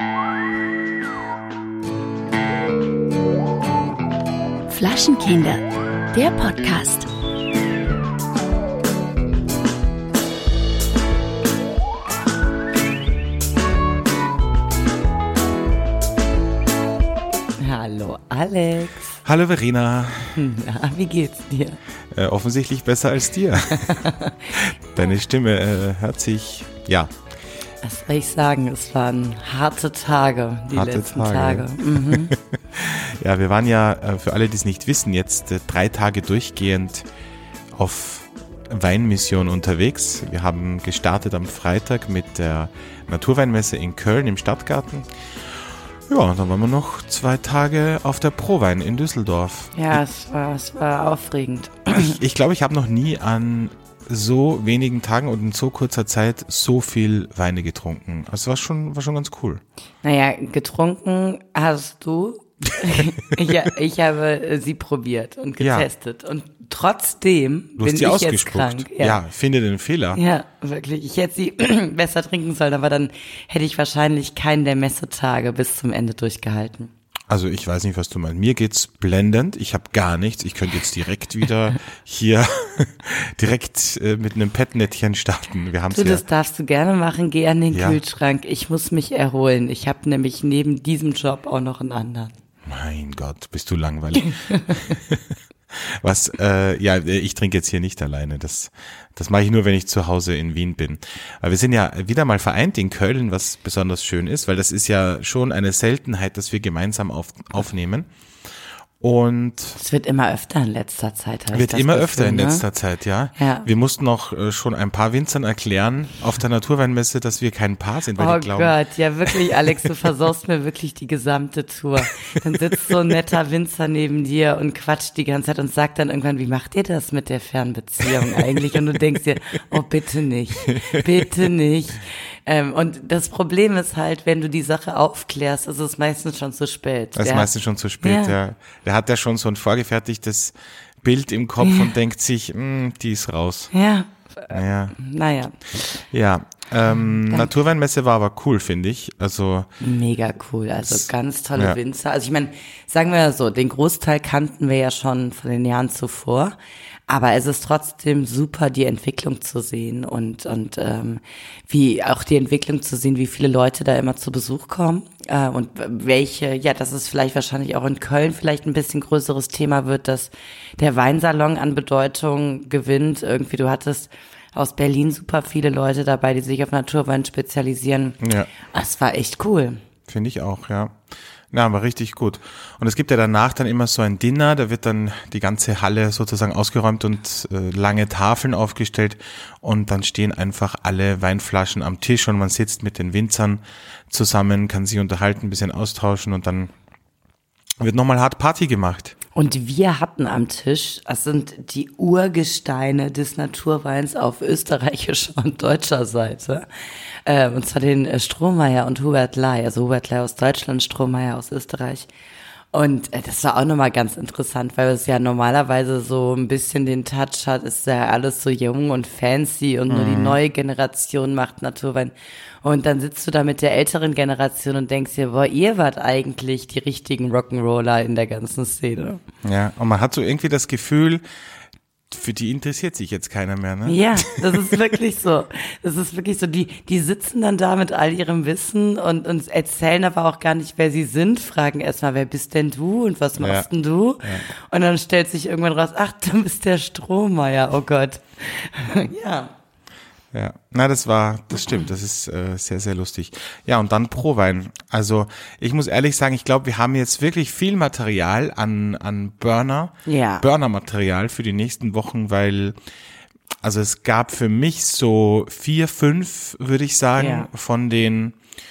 Flaschenkinder, der Podcast. Hallo Alex. Hallo Verena. Na, wie geht's dir? Offensichtlich besser als dir. Deine Stimme hört sich, ja. Was soll ich sagen? Es waren harte Tage, die letzten Tage. Mhm. Ja, wir waren ja, für alle, die es nicht wissen, jetzt 3 Tage durchgehend auf Weinmission unterwegs. Wir haben gestartet am Freitag mit der Naturweinmesse in Köln im Stadtgarten. Ja, und dann waren wir noch 2 Tage auf der Prowein in Düsseldorf. Ja, es war aufregend. Ich glaube, ich habe noch nie an so wenigen Tagen und in so kurzer Zeit so viel Weine getrunken. Also war schon ganz cool. Naja, getrunken hast du. Ich habe sie probiert und getestet. Ja. Und trotzdem bin ich jetzt krank. Ja, finde den Fehler. Ja, wirklich. Ich hätte sie besser trinken sollen, aber dann hätte ich wahrscheinlich keinen der Messetage bis zum Ende durchgehalten. Also ich weiß nicht, was du meinst. Mir geht's blendend. Ich habe gar nichts. Ich könnte jetzt direkt wieder hier direkt mit einem Petnettchen starten. Wir haben's das darfst du gerne machen. Geh an den Kühlschrank. Ich muss mich erholen. Ich habe nämlich neben diesem Job auch noch einen anderen. Mein Gott, bist du langweilig. Ich trinke jetzt hier nicht alleine. Das mache ich nur, wenn ich zu Hause in Wien bin. Aber wir sind ja wieder mal vereint in Köln, was besonders schön ist, weil das ist ja schon eine Seltenheit, dass wir gemeinsam aufnehmen. Und es wird immer öfter in letzter Zeit. Wird immer öfter in letzter Zeit, ja. Wir mussten auch schon ein paar Winzern erklären auf der Naturweinmesse, dass wir kein Paar sind, weil die glauben. Oh Gott, ja wirklich, Alex, du versaust mir wirklich die gesamte Tour. Dann sitzt so ein netter Winzer neben dir und quatscht die ganze Zeit und sagt dann irgendwann, wie macht ihr das mit der Fernbeziehung eigentlich? Und du denkst dir, oh bitte nicht, bitte nicht. Und das Problem ist halt, wenn du die Sache aufklärst, ist es meistens schon zu spät. Das ist meistens schon zu spät, ja. Der hat ja schon so ein vorgefertigtes Bild im Kopf und denkt sich, die ist raus. Ja. Naja. Ja, Naturweinmesse war aber cool, finde ich. Also mega cool, also ganz tolle Winzer. Also ich meine, sagen wir so, den Großteil kannten wir ja schon von den Jahren zuvor. Aber es ist trotzdem super, die Entwicklung zu sehen und wie auch die Entwicklung zu sehen, wie viele Leute da immer zu Besuch kommen und welche, dass es vielleicht wahrscheinlich auch in Köln vielleicht ein bisschen größeres Thema wird, dass der Weinsalon an Bedeutung gewinnt. Irgendwie, du hattest aus Berlin super viele Leute dabei, die sich auf Naturwein spezialisieren. Ja. Das war echt cool. Finde ich auch, ja. Ja, aber richtig gut. Und es gibt ja danach dann immer so ein Dinner, da wird dann die ganze Halle sozusagen ausgeräumt und lange Tafeln aufgestellt und dann stehen einfach alle Weinflaschen am Tisch und man sitzt mit den Winzern zusammen, kann sich unterhalten, ein bisschen austauschen und dann wird nochmal hart Party gemacht. Und wir hatten am Tisch, das sind die Urgesteine des Naturweins auf österreichischer und deutscher Seite. Und zwar den Strohmeier und Hubert Lai. Also Hubert Lai aus Deutschland, Strohmeier aus Österreich. Und das war auch nochmal ganz interessant, weil es ja normalerweise so ein bisschen den Touch hat, ist ja alles so jung und fancy und nur die neue Generation macht Naturwein. Und dann sitzt du da mit der älteren Generation und denkst dir, boah, ihr wart eigentlich die richtigen Rock'n'Roller in der ganzen Szene. Ja, und man hat so irgendwie das Gefühl, für die interessiert sich jetzt keiner mehr, ne? Ja, das ist wirklich so. Das ist wirklich so. Die sitzen dann da mit all ihrem Wissen und erzählen aber auch gar nicht, wer sie sind, fragen erstmal, wer bist denn du und was machst denn du? Ja. Und dann stellt sich irgendwann raus, ach, du bist der Strohmeier, oh Gott. Ja. Ja, das stimmt, das ist sehr, sehr lustig. Ja, und dann Prowein. Also ich muss ehrlich sagen, ich glaube, wir haben jetzt wirklich viel Material an Burner-Material für die nächsten Wochen, weil also es gab für mich so 4, 5, würde ich sagen, von den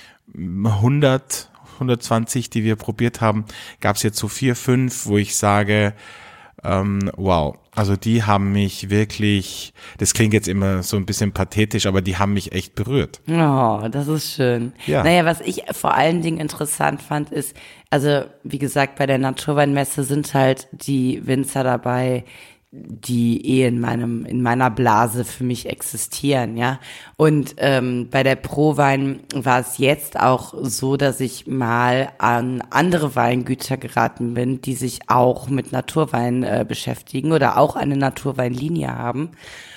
120, die wir probiert haben, gab es jetzt so 4, 5, wo ich sage, wow, also die haben mich wirklich, das klingt jetzt immer so ein bisschen pathetisch, aber die haben mich echt berührt. Oh, das ist schön. Ja. Naja, was ich vor allen Dingen interessant fand, ist, also wie gesagt, bei der Naturweinmesse sind halt die Winzer dabei, die in meiner Blase für mich existieren, ja. Und bei der Prowein war es jetzt auch so, dass ich mal an andere Weingüter geraten bin, die sich auch mit Naturwein beschäftigen oder auch eine Naturweinlinie haben.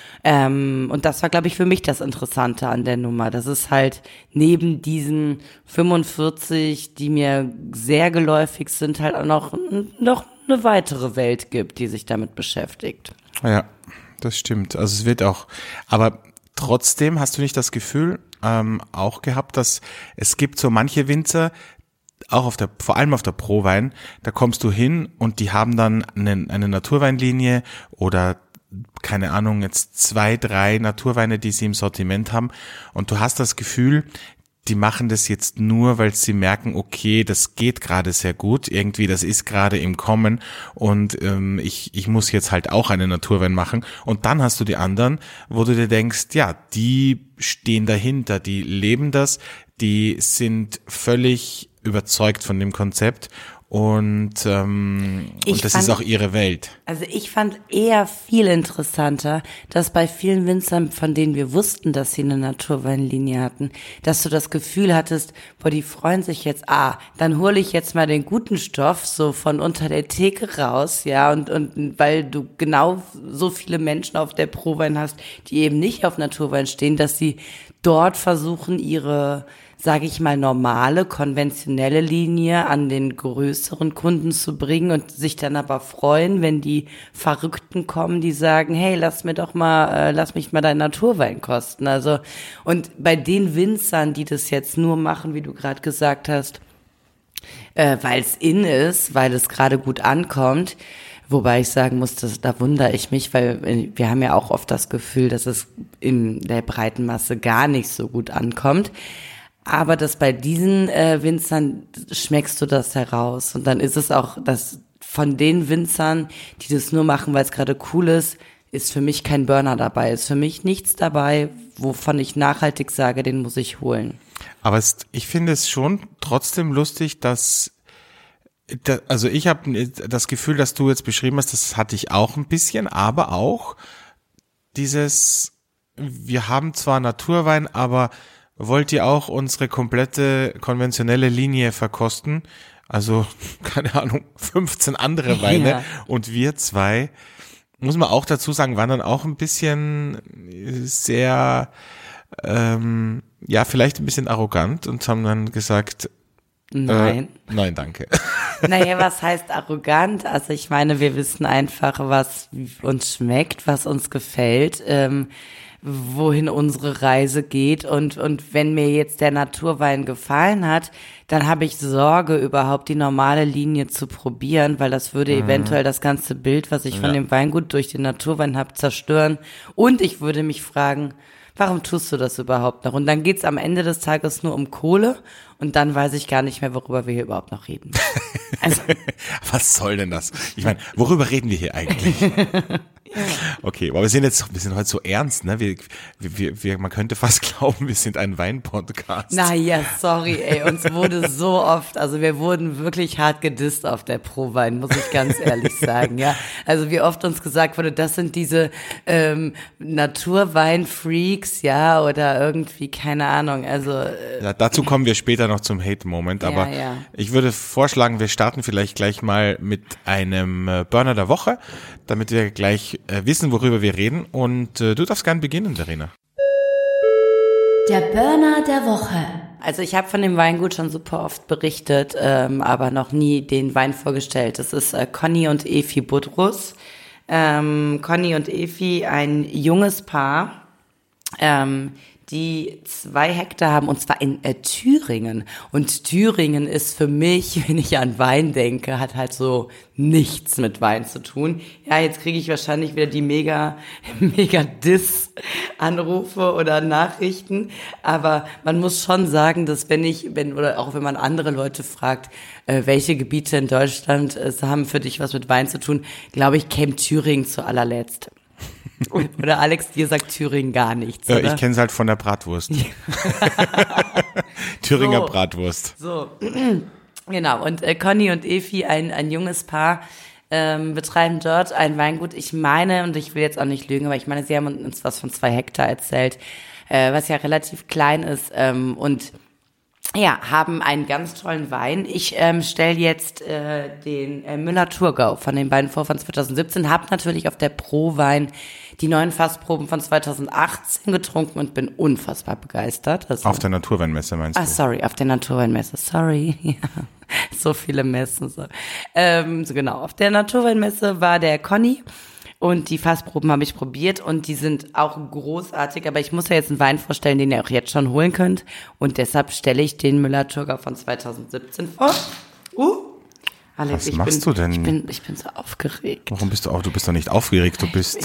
Und das war, glaube ich, für mich das Interessante an der Nummer. Das ist halt neben diesen 45, die mir sehr geläufig sind, halt auch noch eine weitere Welt gibt, die sich damit beschäftigt. Ja, das stimmt. Also es wird auch, aber trotzdem hast du nicht das Gefühl auch gehabt, dass es gibt so manche Winzer, auch vor allem auf der Prowein, da kommst du hin und die haben dann eine Naturweinlinie oder keine Ahnung, jetzt 2, 3 Naturweine, die sie im Sortiment haben und du hast das Gefühl, die machen das jetzt nur, weil sie merken, okay, das geht gerade sehr gut, irgendwie, das ist gerade im Kommen und ich muss jetzt halt auch einen Naturwein machen und dann hast du die anderen, wo du dir denkst, ja, die stehen dahinter, die leben das, die sind völlig überzeugt von dem Konzept und das ist auch ihre Welt. Also ich fand eher viel interessanter, dass bei vielen Winzern, von denen wir wussten, dass sie eine Naturweinlinie hatten, dass du das Gefühl hattest, boah, die freuen sich jetzt, dann hole ich jetzt mal den guten Stoff so von unter der Theke raus, ja, und weil du genau so viele Menschen auf der Prowein hast, die eben nicht auf Naturwein stehen, dass sie dort versuchen, ihre, sage ich mal, normale, konventionelle Linie an den größeren Kunden zu bringen und sich dann aber freuen, wenn die Verrückten kommen, die sagen, hey, lass mich mal deinen Naturwein kosten. Also, und bei den Winzern, die das jetzt nur machen, wie du gerade gesagt hast, weil es in ist, weil es gerade gut ankommt, wobei ich sagen muss, da wundere ich mich, weil wir haben ja auch oft das Gefühl, dass es in der breiten Masse gar nicht so gut ankommt. Aber dass bei diesen Winzern schmeckst du das heraus. Und dann ist es auch, dass von den Winzern, die das nur machen, weil es gerade cool ist für mich kein Burner dabei. Ist für mich nichts dabei, wovon ich nachhaltig sage, den muss ich holen. Aber ich finde es schon trotzdem lustig, also ich habe das Gefühl, dass du jetzt beschrieben hast, das hatte ich auch ein bisschen, aber auch wir haben zwar Naturwein, aber wollt ihr auch unsere komplette konventionelle Linie verkosten? Also, keine Ahnung, 15 andere Weine ja. Und wir 2, muss man auch dazu sagen, waren dann auch ein bisschen sehr, vielleicht ein bisschen arrogant und haben dann gesagt, nein, danke. Naja, was heißt arrogant? Also ich meine, wir wissen einfach, was uns schmeckt, was uns gefällt, wohin unsere Reise geht und wenn mir jetzt der Naturwein gefallen hat, dann habe ich Sorge, überhaupt die normale Linie zu probieren, weil das würde eventuell das ganze Bild, was ich von dem Weingut durch den Naturwein habe, zerstören und ich würde mich fragen, warum tust du das überhaupt noch? Und dann geht's am Ende des Tages nur um Kohle und dann weiß ich gar nicht mehr, worüber wir hier überhaupt noch reden. Also. Was soll denn das? Ich meine, worüber reden wir hier eigentlich? Okay, aber wir sind heute so ernst, ne? Man könnte fast glauben, wir sind ein Wein-Podcast. Naja, sorry, uns wurde so oft, also wir wurden wirklich hart gedisst auf der Prowein, muss ich ganz ehrlich sagen, ja. Also wie oft uns gesagt wurde, das sind diese Naturwein-Freaks, ja, oder irgendwie, keine Ahnung, also. Ja, dazu kommen wir später noch zum Hate-Moment, aber ich würde vorschlagen, wir starten vielleicht gleich mal mit einem Burner der Woche, damit wir gleich wissen, worüber wir reden. Und du darfst gern beginnen, Verena. Der Burner der Woche. Also ich habe von dem Weingut schon super oft berichtet, aber noch nie den Wein vorgestellt. Das ist Conny und Evi Budrus. Conny und Evi, ein junges Paar, die 2 Hektar haben, und zwar in Thüringen. Und Thüringen ist für mich, wenn ich an Wein denke, hat halt so nichts mit Wein zu tun. Ja, jetzt kriege ich wahrscheinlich wieder die mega Diss-Anrufe oder Nachrichten. Aber man muss schon sagen, dass oder auch wenn man andere Leute fragt, welche Gebiete in Deutschland haben für dich was mit Wein zu tun, glaube ich, käme Thüringen zu allerletzt. Oder Alex, dir sagt Thüringen gar nichts, oder? Ich kenne es halt von der Bratwurst. Thüringer Bratwurst. So, genau. Und Conny und Evi, ein junges Paar, betreiben dort ein Weingut. Ich meine, und ich will jetzt auch nicht lügen, aber ich meine, sie haben uns was von 2 Hektar erzählt, was ja relativ klein ist, und ja, haben einen ganz tollen Wein. Ich stelle jetzt den Müller-Thurgau von den beiden vor von 2017, habe natürlich auf der Pro-Wein die neuen Fassproben von 2018 getrunken und bin unfassbar begeistert. Also, auf der Naturweinmesse meinst du? Sorry, auf der Naturweinmesse, sorry. Ja, so viele Messen. So genau, auf der Naturweinmesse war der Conny. Und die Fassproben habe ich probiert und die sind auch großartig, aber ich muss ja jetzt einen Wein vorstellen, den ihr auch jetzt schon holen könnt. Und deshalb stelle ich den Müller-Thurgau von 2017 vor. Alex, was machst du denn? Ich bin so aufgeregt. Warum bist du auf? Du bist doch nicht aufgeregt, du bist,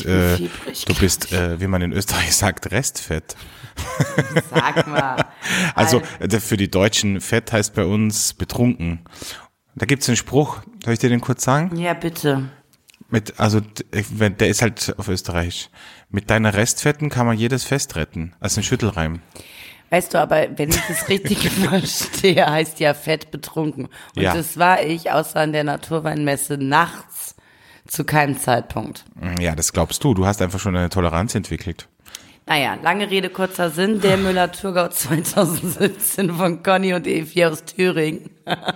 wie man in Österreich sagt, Restfett. Sag mal. Also für die Deutschen, Fett heißt bei uns betrunken. Da gibt's einen Spruch, soll ich dir den kurz sagen? Ja, bitte. Der ist halt auf Österreichisch. Mit deiner Restfetten kann man jedes Fest retten. Also ein Schüttelreim. Weißt du, aber wenn ich das richtig verstehe, heißt ja Fett betrunken. Und das war ich, außer an der Naturweinmesse, nachts zu keinem Zeitpunkt. Ja, das glaubst du. Du hast einfach schon eine Toleranz entwickelt. Naja, lange Rede, kurzer Sinn. Der Müller-Thurgau 2017 von Conny und Evi aus Thüringen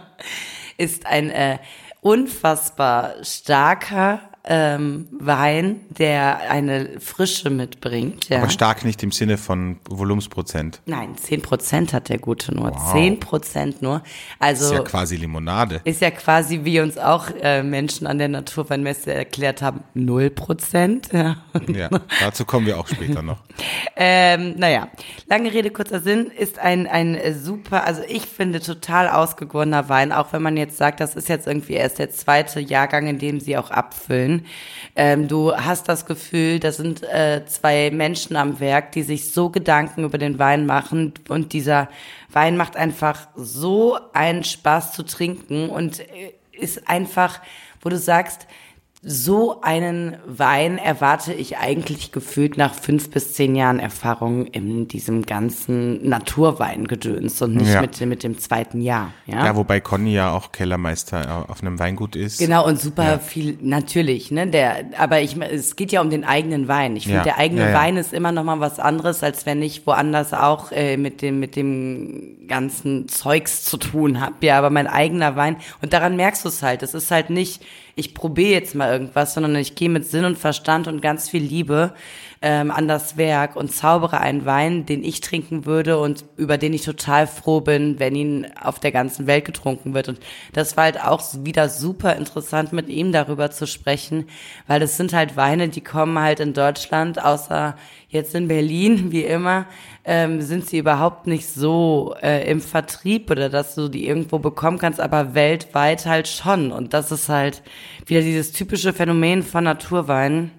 ist ein unfassbar starker Wein, der eine Frische mitbringt. Ja. Aber stark nicht im Sinne von Volumensprozent. Nein, 10% hat der Gute nur. Wow. 10% nur. Also, ist ja quasi Limonade. Ist ja quasi, wie uns auch Menschen an der Naturweinmesse erklärt haben, 0%. Ja, ja, dazu kommen wir auch später noch. Naja, lange Rede, kurzer Sinn, ist ein super, also ich finde total ausgegorener Wein, auch wenn man jetzt sagt, das ist jetzt irgendwie erst der 2. Jahrgang, in dem sie auch abfüllen. Du hast das Gefühl, das sind 2 Menschen am Werk, die sich so Gedanken über den Wein machen und dieser Wein macht einfach so einen Spaß zu trinken und ist einfach, wo du sagst, so einen Wein erwarte ich eigentlich gefühlt nach 5 bis 10 Jahren Erfahrung in diesem ganzen Naturweingedöns und nicht mit dem 2. Jahr. Ja, wobei Conny ja auch Kellermeister auf einem Weingut ist. Genau, und super viel, natürlich, ne, aber es geht ja um den eigenen Wein. Ich finde, der eigene Wein ist immer noch mal was anderes, als wenn ich woanders auch mit dem ganzen Zeugs zu tun habe. Ja, aber mein eigener Wein, und daran merkst du es halt, es ist halt nicht, ich probiere jetzt mal irgendwas, sondern ich gehe mit Sinn und Verstand und ganz viel Liebe an das Werk und zaubere einen Wein, den ich trinken würde und über den ich total froh bin, wenn ihn auf der ganzen Welt getrunken wird. Und das war halt auch wieder super interessant, mit ihm darüber zu sprechen, weil es sind halt Weine, die kommen halt in Deutschland, außer jetzt in Berlin, wie immer, sind sie überhaupt nicht so im Vertrieb oder dass du die irgendwo bekommen kannst, aber weltweit halt schon. Und das ist halt wieder dieses typische Phänomen von Naturwein.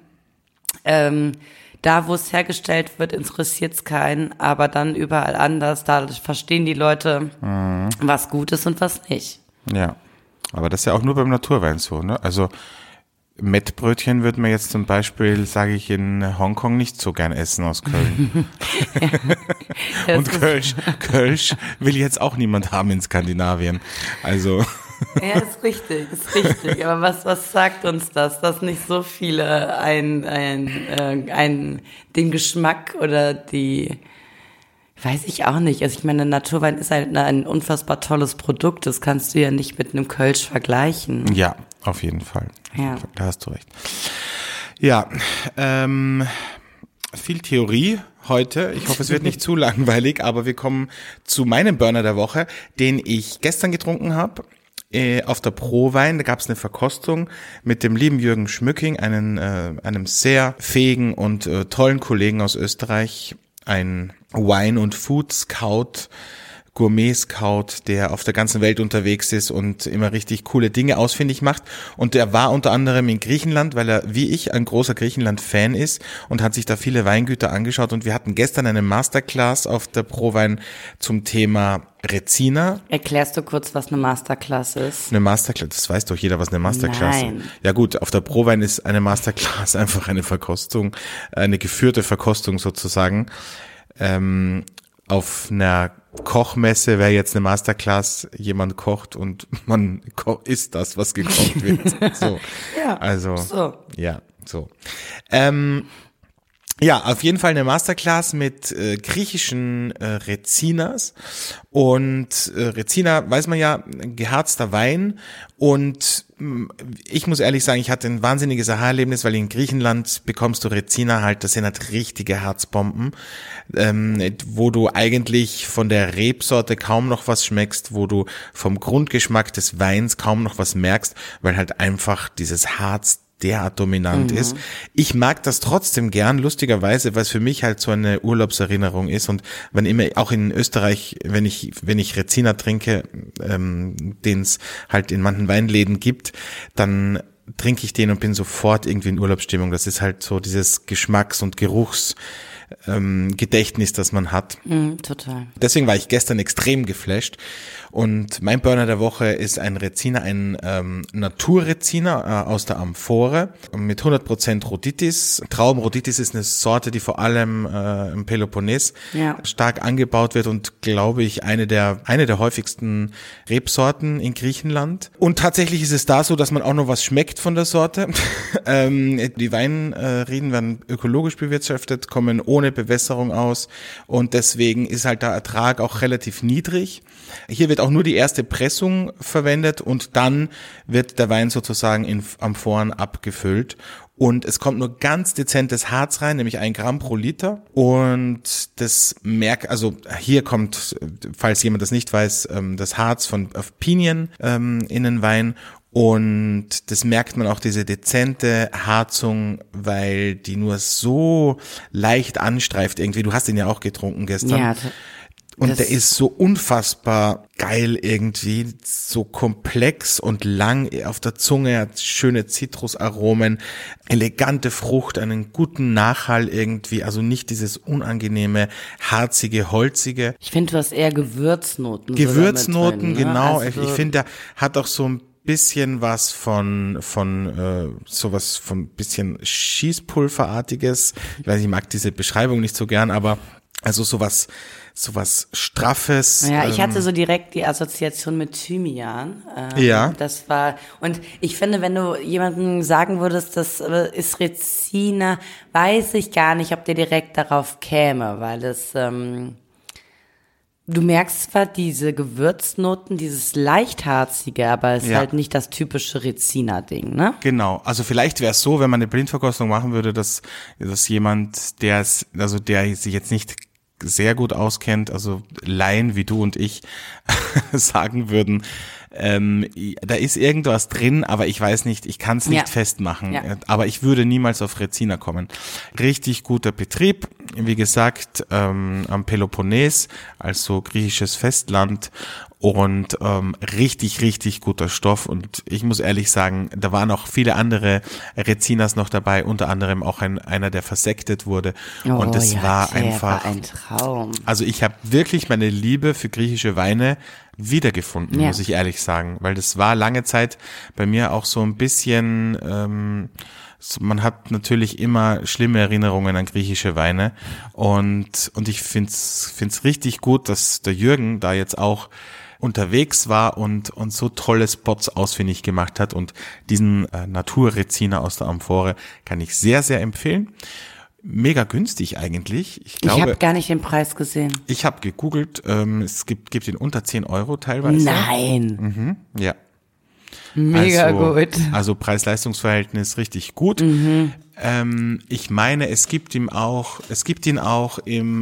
Da, wo es hergestellt wird, interessiert es keinen, aber dann überall anders, da verstehen die Leute, was gut ist und was nicht. Ja, aber das ist ja auch nur beim Naturwein so, ne? Also Mettbrötchen würde man jetzt zum Beispiel, sage ich, in Hongkong nicht so gern essen aus Köln. Und Kölsch will jetzt auch niemand haben in Skandinavien. Also ja, ist richtig. Aber was sagt uns das, dass nicht so viele den Geschmack oder die, weiß ich auch nicht. Also ich meine, Naturwein ist halt ein unfassbar tolles Produkt. Das kannst du ja nicht mit einem Kölsch vergleichen. Ja, auf jeden Fall. Ja. Da hast du recht. Ja, viel Theorie heute. Ich hoffe, es wird nicht zu langweilig, aber wir kommen zu meinem Burner der Woche, den ich gestern getrunken habe. Auf der Pro-Wein, da gab es eine Verkostung mit dem lieben Jürgen Schmücking, einem sehr fähigen und tollen Kollegen aus Österreich, ein Wine- und Food-Scout, Gourmet-Scout, der auf der ganzen Welt unterwegs ist und immer richtig coole Dinge ausfindig macht. Und der war unter anderem in Griechenland, weil er, wie ich, ein großer Griechenland-Fan ist und hat sich da viele Weingüter angeschaut. Und wir hatten gestern eine Masterclass auf der Prowein zum Thema Rezina. Erklärst du kurz, was eine Masterclass ist? Eine Masterclass, das weiß doch jeder, was eine Masterclass ist. Nein. Ja gut, auf der Prowein ist eine Masterclass einfach eine Verkostung, eine geführte Verkostung sozusagen. auf einer Kochmesse wäre jetzt eine Masterclass, jemand kocht und man isst das, was gekocht wird. So. Ja, also, so. Ja, so. Ja, auf jeden Fall eine Masterclass mit griechischen Rezinas und Rezina, weiß man ja, geharzter Wein und ich muss ehrlich sagen, ich hatte ein wahnsinniges Aha-Erlebnis, weil in Griechenland bekommst du Rezina halt, das sind halt richtige Harzbomben, wo du eigentlich von der Rebsorte kaum noch was schmeckst, wo du vom Grundgeschmack des Weins kaum noch was merkst, weil halt einfach dieses Harz derart dominant ist. Ich mag das trotzdem gern, lustigerweise, weil es für mich halt so eine Urlaubserinnerung ist und wenn immer, auch in Österreich, wenn ich Rezina trinke, den es halt in manchen Weinläden gibt, dann trinke ich den und bin sofort irgendwie in Urlaubsstimmung. Das ist halt so dieses Geschmacks- und Gedächtnis, das man hat. Total. Deswegen war ich gestern extrem geflasht. Und mein Burner der Woche ist ein Rezina, ein Naturrezina aus der Amphore mit 100% Rhoditis. Traubenrhoditis ist eine Sorte, die vor allem im Peloponnes stark angebaut wird und, glaube ich, eine der häufigsten Rebsorten in Griechenland. Und tatsächlich ist es da so, dass man auch noch was schmeckt von der Sorte. Die Weinreben werden ökologisch bewirtschaftet, kommen ohne Bewässerung aus und deswegen ist halt der Ertrag auch relativ niedrig. Hier wird auch nur die erste Pressung verwendet und dann wird der Wein sozusagen in Amphoren abgefüllt. Und es kommt nur ganz dezentes Harz rein, nämlich 1 Gramm pro Liter. Und das also hier kommt, falls jemand das nicht weiß, das Harz auf Pinien in den Wein. Und das merkt man auch, diese dezente Harzung, weil die nur so leicht anstreift irgendwie. Du hast ihn ja auch getrunken gestern. Ja, und der ist so unfassbar geil irgendwie, so komplex und lang auf der Zunge, hat schöne Zitrusaromen, elegante Frucht, einen guten Nachhall irgendwie, also nicht dieses unangenehme, harzige, holzige. Ich finde, du hast eher Gewürznoten. Gewürznoten, drin, ne? genau. Also ich finde, der hat auch so ein bisschen was von sowas von bisschen Schießpulverartiges. Ich weiß, ich mag diese Beschreibung nicht so gern, aber also sowas Straffes. Ja, ich hatte so direkt die Assoziation mit Thymian. Ja. Das war, und ich finde, wenn du jemandem sagen würdest, das ist Rezina, weiß ich gar nicht, ob der direkt darauf käme, weil es, du merkst zwar diese Gewürznoten, dieses Leichtharzige, aber es ist halt nicht das typische Rezina-Ding, ne? Genau. Also vielleicht wäre es so, wenn man eine Blindverkostung machen würde, dass jemand, der sich jetzt nicht sehr gut auskennt, also Laien wie du und ich sagen würden, da ist irgendwas drin, aber ich weiß nicht, ich kann es nicht festmachen. Ja. Aber ich würde niemals auf Rezina kommen. Richtig guter Betrieb, wie gesagt, am Peloponnes, also griechisches Festland. Und richtig, richtig guter Stoff. Und ich muss ehrlich sagen, da waren auch viele andere Rezinas noch dabei, unter anderem auch einer, der versektet wurde. Und das war einfach ein Traum. Also ich habe wirklich meine Liebe für griechische Weine wiedergefunden, muss ich ehrlich sagen. Weil das war lange Zeit bei mir auch so ein bisschen... man hat natürlich immer schlimme Erinnerungen an griechische Weine und ich find's richtig gut, dass der Jürgen da jetzt auch unterwegs war und so tolle Spots ausfindig gemacht hat und diesen Naturrezina aus der Amphore kann ich sehr, sehr empfehlen. Mega günstig eigentlich. Ich habe gar nicht den Preis gesehen. Ich habe gegoogelt, es gibt ihn unter 10 Euro teilweise. Nein. Ja. Mega gut. Also Preis-Leistungs-Verhältnis richtig gut. Ich meine, es gibt ihn auch im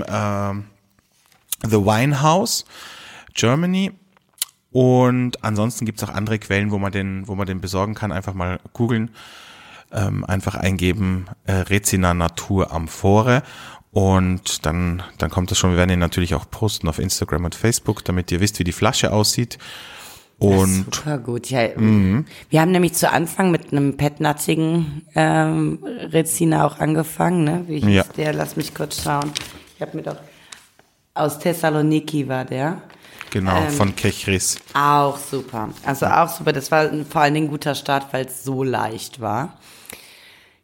The Wine House Germany. Und ansonsten gibt's auch andere Quellen, wo man den besorgen kann. Einfach mal googeln, einfach eingeben Rezina Natur Amphore und dann kommt das schon. Wir werden ihn natürlich auch posten auf Instagram und Facebook, damit ihr wisst, wie die Flasche aussieht. Und super gut. Ja, wir haben nämlich zu Anfang mit einem petnatzigen Rezina auch angefangen, ne? Wie hieß der? Lass mich kurz schauen. Ich habe mir doch aus Thessaloniki war der. Genau, von Kechris. Auch super. Also auch super. Das war vor allen Dingen ein guter Start, weil es so leicht war.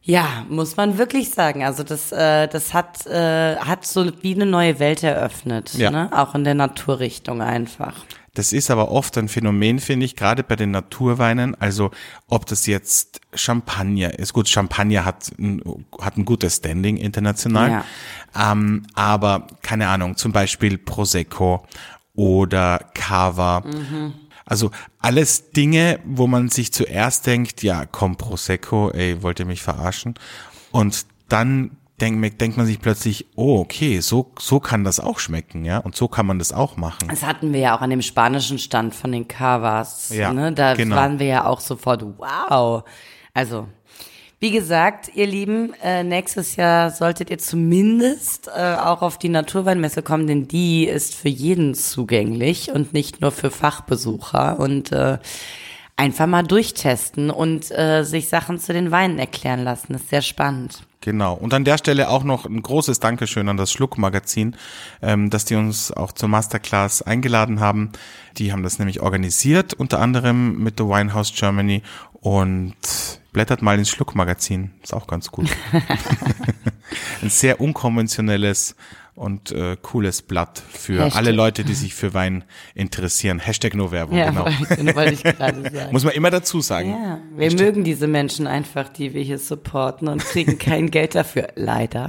Ja, muss man wirklich sagen. Also das hat so wie eine neue Welt eröffnet, Ja. ne? Auch in der Naturrichtung einfach. Das ist aber oft ein Phänomen, finde ich, gerade bei den Naturweinen. Also ob das jetzt Champagner ist. Gut, Champagner hat ein gutes Standing international. Ja. Aber keine Ahnung, zum Beispiel Prosecco oder Cava. Also alles Dinge, wo man sich zuerst denkt, ja komm, Prosecco, ey, wollt ihr mich verarschen? Und dann denkt man sich plötzlich, oh, okay, so kann das auch schmecken, ja, und so kann man das auch machen. Das hatten wir ja auch an dem spanischen Stand von den Cavas, Ja, ne? Da genau. waren wir ja auch sofort, wow. Also, wie gesagt, ihr Lieben, nächstes Jahr solltet ihr zumindest auch auf die Naturweinmesse kommen, denn die ist für jeden zugänglich und nicht nur für Fachbesucher und einfach mal durchtesten und sich Sachen zu den Weinen erklären lassen. Das ist sehr spannend. Genau. Und an der Stelle auch noch ein großes Dankeschön an das Schluck-Magazin, dass die uns auch zur Masterclass eingeladen haben. Die haben das nämlich organisiert, unter anderem mit The Winehouse Germany, und blättert mal ins Schluck-Magazin. Ist auch ganz gut. Ein sehr unkonventionelles und cooles Blatt für Hashtag. alle Leute, die sich für Wein interessieren. Hashtag nur Werbung, Ja, genau. wollte ich gerade sagen. Muss man immer dazu sagen. Ja, wir mögen diese Menschen einfach, die wir hier supporten und kriegen kein Geld dafür, leider.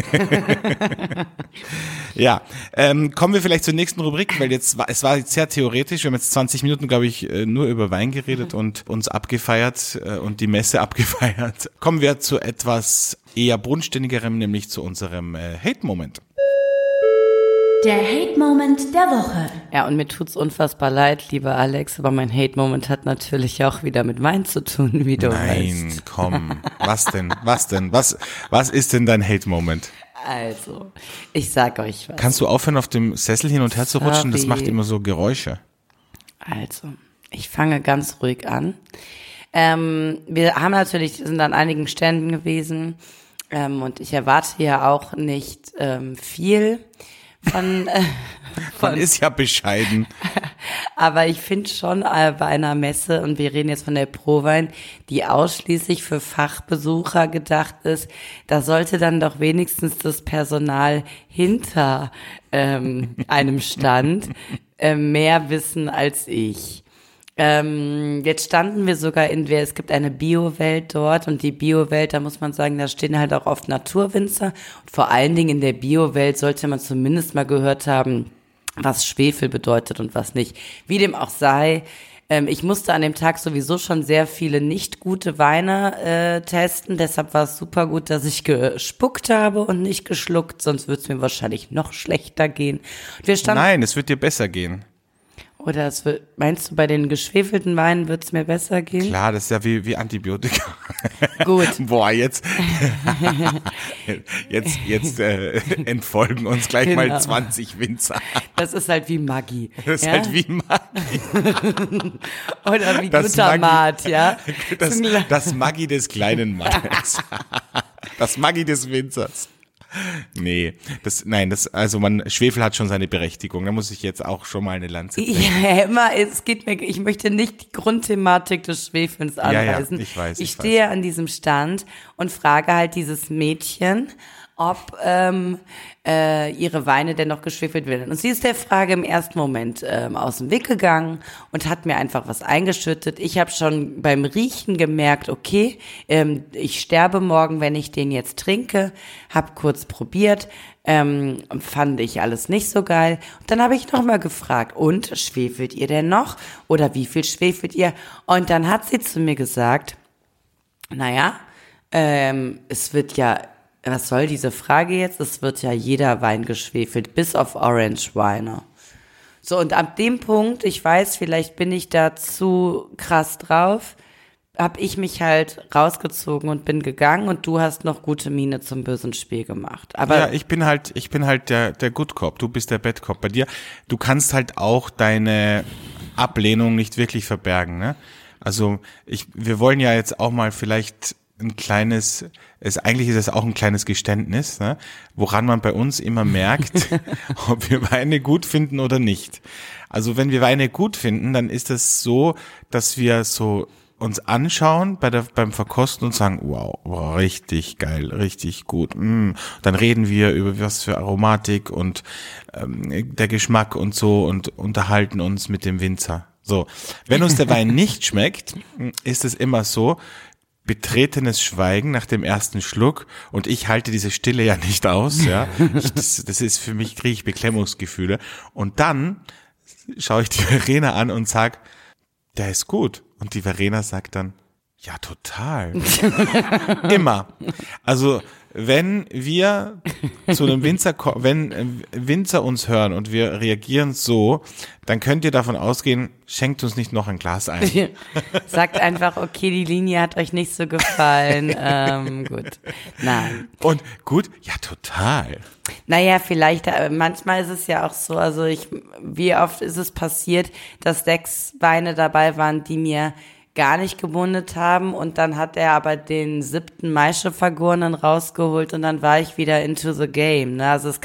Ja, kommen wir vielleicht zur nächsten Rubrik, weil es war jetzt sehr theoretisch. Wir haben jetzt 20 Minuten, glaube ich, nur über Wein geredet und uns abgefeiert und die Messe abgefeiert. Kommen wir zu etwas eher bodenständigerem, nämlich zu unserem Hate-Moment. Der Hate-Moment der Woche. Ja, und mir tut's unfassbar leid, lieber Alex, aber mein Hate-Moment hat natürlich auch wieder mit Wein zu tun, wie du Nein, weißt. komm. Was denn? Was ist denn dein Hate-Moment? Also, ich sag euch was. Kannst du aufhören, auf dem Sessel hin und her zu rutschen? Das Sorry. macht immer so Geräusche. Also, ich fange ganz ruhig an. Wir haben natürlich, sind an einigen Ständen gewesen und ich erwarte ja auch nicht viel von Man ist ja bescheiden. Aber ich finde schon bei einer Messe, und wir reden jetzt von der Prowein, die ausschließlich für Fachbesucher gedacht ist, da sollte dann doch wenigstens das Personal hinter einem Stand mehr wissen als ich. Jetzt standen wir sogar es gibt eine Bio-Welt dort, und die Bio-Welt, da muss man sagen, da stehen halt auch oft Naturwinzer, und vor allen Dingen in der Bio-Welt sollte man zumindest mal gehört haben, was Schwefel bedeutet und was nicht. Wie dem auch sei, ich musste an dem Tag sowieso schon sehr viele nicht gute Weine testen, deshalb war es super gut, dass ich gespuckt habe und nicht geschluckt, sonst würde es mir wahrscheinlich noch schlechter gehen. Und wir standen, Nein, es wird dir besser gehen. oder meinst du, bei den geschwefelten Weinen wird es mir besser gehen? Klar, das ist ja wie Antibiotika. Gut. Boah, jetzt entfolgen uns gleich mal Genau. 20 Winzer. Das ist halt wie Maggi. Das ist ja? halt wie Maggi. Oder wie Das Glutamat, Maggi- ja. Das Maggi des kleinen Mannes. Das Maggi des Winzers. Nee, also Schwefel hat schon seine Berechtigung. Da muss ich jetzt auch schon mal eine Lanze brechen. Ja, immer, ich möchte nicht die Grundthematik des Schwefels anreißen. ich weiß. Ich stehe an diesem Stand und frage halt dieses Mädchen, ob ihre Weine denn noch geschwefelt werden. Und sie ist der Frage im ersten Moment aus dem Weg gegangen und hat mir einfach was eingeschüttet. Ich habe schon beim Riechen gemerkt, okay, ich sterbe morgen, wenn ich den jetzt trinke. Hab kurz probiert, fand ich alles nicht so geil. Und dann habe ich nochmal gefragt, und schwefelt ihr denn noch? Oder wie viel schwefelt ihr? Und dann hat sie zu mir gesagt, naja, es wird ja, was soll diese Frage jetzt? Es wird ja jeder Wein geschwefelt, bis auf Orange Weine. So, und ab dem Punkt, ich weiß, vielleicht bin ich da zu krass drauf, habe ich mich halt rausgezogen und bin gegangen, und du hast noch gute Miene zum bösen Spiel gemacht. Aber Ja, ich bin halt der Good Cop, du bist der Bad Cop. Bei dir, du kannst halt auch deine Ablehnung nicht wirklich verbergen, ne? Also, wir wollen ja jetzt auch mal vielleicht eigentlich ist es auch ein kleines Geständnis, ne? Woran man bei uns immer merkt, ob wir Weine gut finden oder nicht. Also wenn wir Weine gut finden, dann ist es so, dass wir so uns anschauen beim Verkosten und sagen, wow, richtig geil, richtig gut. Dann reden wir über was für Aromatik und der Geschmack und so und unterhalten uns mit dem Winzer. So, wenn uns der Wein nicht schmeckt, ist es immer so, betretenes Schweigen nach dem ersten Schluck und ich halte diese Stille ja nicht aus, ja. Das ist für mich, kriege ich Beklemmungsgefühle und dann schaue ich die Verena an und sag, der ist gut. Und die Verena sagt dann, ja, total. Immer. Also, wenn wir zu einem Winzer, wenn Winzer uns hören und wir reagieren so, dann könnt ihr davon ausgehen, schenkt uns nicht noch ein Glas ein. Sagt einfach, okay, die Linie hat euch nicht so gefallen. Gut. Nein. Und gut, ja, total. Naja, vielleicht, manchmal ist es ja auch so, also wie oft ist es passiert, dass 6 Weine dabei waren, die mir gar nicht gebundet haben und dann hat er aber den 7. Maischefagornen rausgeholt und dann war ich wieder into the game, ne? Also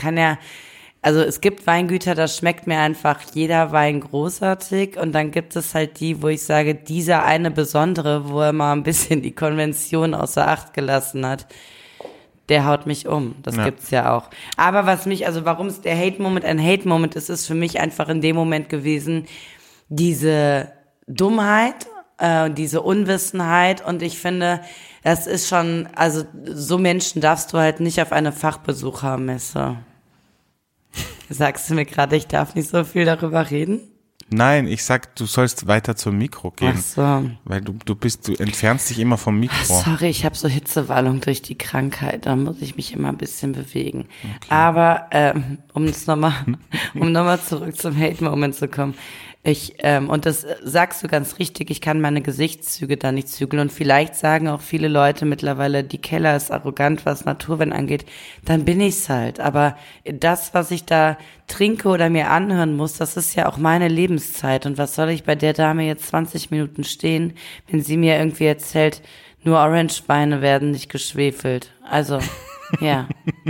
es gibt Weingüter, da schmeckt mir einfach jeder Wein großartig und dann gibt es halt die, wo ich sage, dieser eine besondere, wo er mal ein bisschen die Konvention außer Acht gelassen hat, der haut mich um. Das gibt's ja auch. Aber warum es der Hate-Moment ein Hate-Moment ist für mich einfach in dem Moment gewesen, diese Dummheit, diese Unwissenheit und ich finde, das ist schon, also so Menschen darfst du halt nicht auf eine Fachbesuchermesse. Sagst du mir gerade, ich darf nicht so viel darüber reden? Nein, ich sag, du sollst weiter zum Mikro gehen. Ach so. Weil du entfernst dich immer vom Mikro. Sorry, ich habe so Hitzewallung durch die Krankheit, da muss ich mich immer ein bisschen bewegen. Okay. Aber um nochmal zurück zum Hate-Moment zu kommen. Und das sagst du ganz richtig, ich kann meine Gesichtszüge da nicht zügeln und vielleicht sagen auch viele Leute mittlerweile, die Keller ist arrogant, was Naturwein angeht, dann bin ich's halt. Aber das, was ich da trinke oder mir anhören muss, das ist ja auch meine Lebenszeit und was soll ich bei der Dame jetzt 20 Minuten stehen, wenn sie mir irgendwie erzählt, nur Orangeweine werden nicht geschwefelt. Also, ja.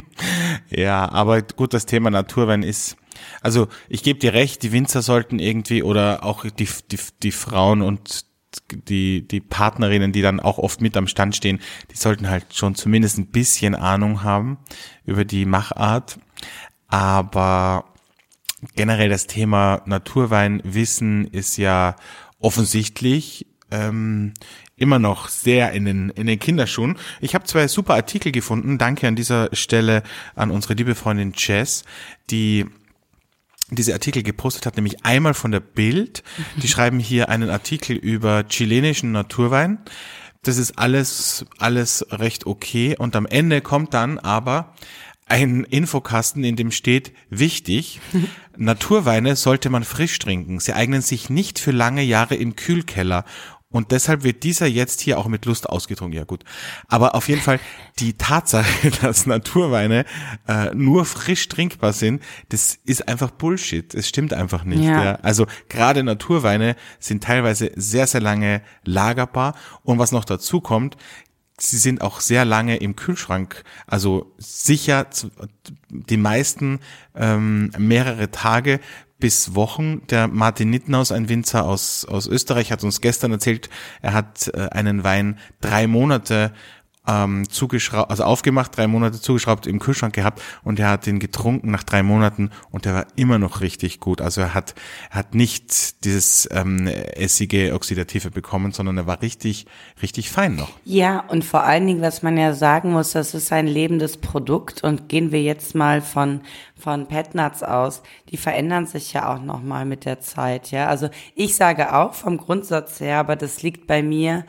Ja, aber gut, das Thema Naturwein ist, also ich gebe dir recht, die Winzer sollten irgendwie oder auch die Frauen und die Partnerinnen, die dann auch oft mit am Stand stehen, die sollten halt schon zumindest ein bisschen Ahnung haben über die Machart. Aber generell das Thema Naturweinwissen ist ja offensichtlich immer noch sehr in den Kinderschuhen. Ich habe 2 super Artikel gefunden. Danke an dieser Stelle an unsere liebe Freundin Jess, die diese Artikel gepostet hat, nämlich einmal von der Bild. Die schreiben hier einen Artikel über chilenischen Naturwein. Das ist alles recht okay. Und am Ende kommt dann aber ein Infokasten, in dem steht, wichtig, Naturweine sollte man frisch trinken. Sie eignen sich nicht für lange Jahre im Kühlkeller. Und deshalb wird dieser jetzt hier auch mit Lust ausgetrunken. Ja gut, aber auf jeden Fall die Tatsache, dass Naturweine nur frisch trinkbar sind, das ist einfach Bullshit. Es stimmt einfach nicht. Ja. Also gerade Naturweine sind teilweise sehr, sehr lange lagerbar. Und was noch dazu kommt, sie sind auch sehr lange im Kühlschrank, also sicher die meisten mehrere Tage bis Wochen. Der Martin Nittenhaus, ein Winzer aus Österreich, hat uns gestern erzählt, er hat einen Wein 3 Monate zugeschraubt, also aufgemacht, 3 Monate zugeschraubt, im Kühlschrank gehabt und er hat den getrunken nach 3 Monaten und der war immer noch richtig gut. Also er hat nicht dieses essige, oxidative bekommen, sondern er war richtig, richtig fein noch. Ja, und vor allen Dingen, was man ja sagen muss, das ist ein lebendes Produkt und gehen wir jetzt mal von Pet Nuts aus, die verändern sich ja auch nochmal mit der Zeit, ja. Also ich sage auch vom Grundsatz her, aber das liegt bei mir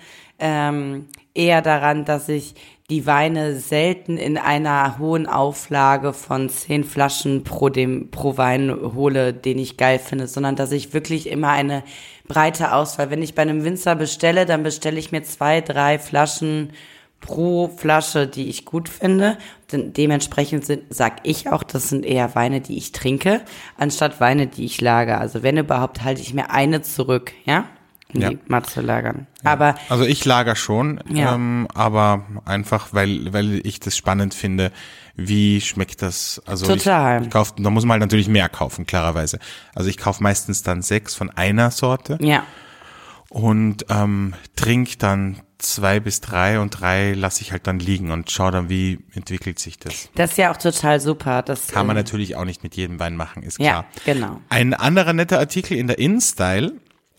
eher daran, dass ich die Weine selten in einer hohen Auflage von 10 Flaschen pro Wein hole, den ich geil finde, sondern dass ich wirklich immer eine breite Auswahl, wenn ich bei einem Winzer bestelle, dann bestelle ich mir 2, 3 Flaschen pro Flasche, die ich gut finde. Dementsprechend sag ich auch, das sind eher Weine, die ich trinke, anstatt Weine, die ich lagere. Also wenn überhaupt, halte ich mir eine zurück, ja? Die mal zu lagern. Ja. Aber also ich lager schon, aber einfach, weil ich das spannend finde, wie schmeckt das? Also total. Da muss man halt natürlich mehr kaufen, klarerweise. Also ich kaufe meistens dann 6 von einer Sorte. Ja. und trinke dann 2 bis 3 und 3 lasse ich halt dann liegen und schaue dann, wie entwickelt sich das. Das ist ja auch total super. Das kann man natürlich auch nicht mit jedem Wein machen, ist klar. Ja, genau. Ein anderer netter Artikel in der InStyle,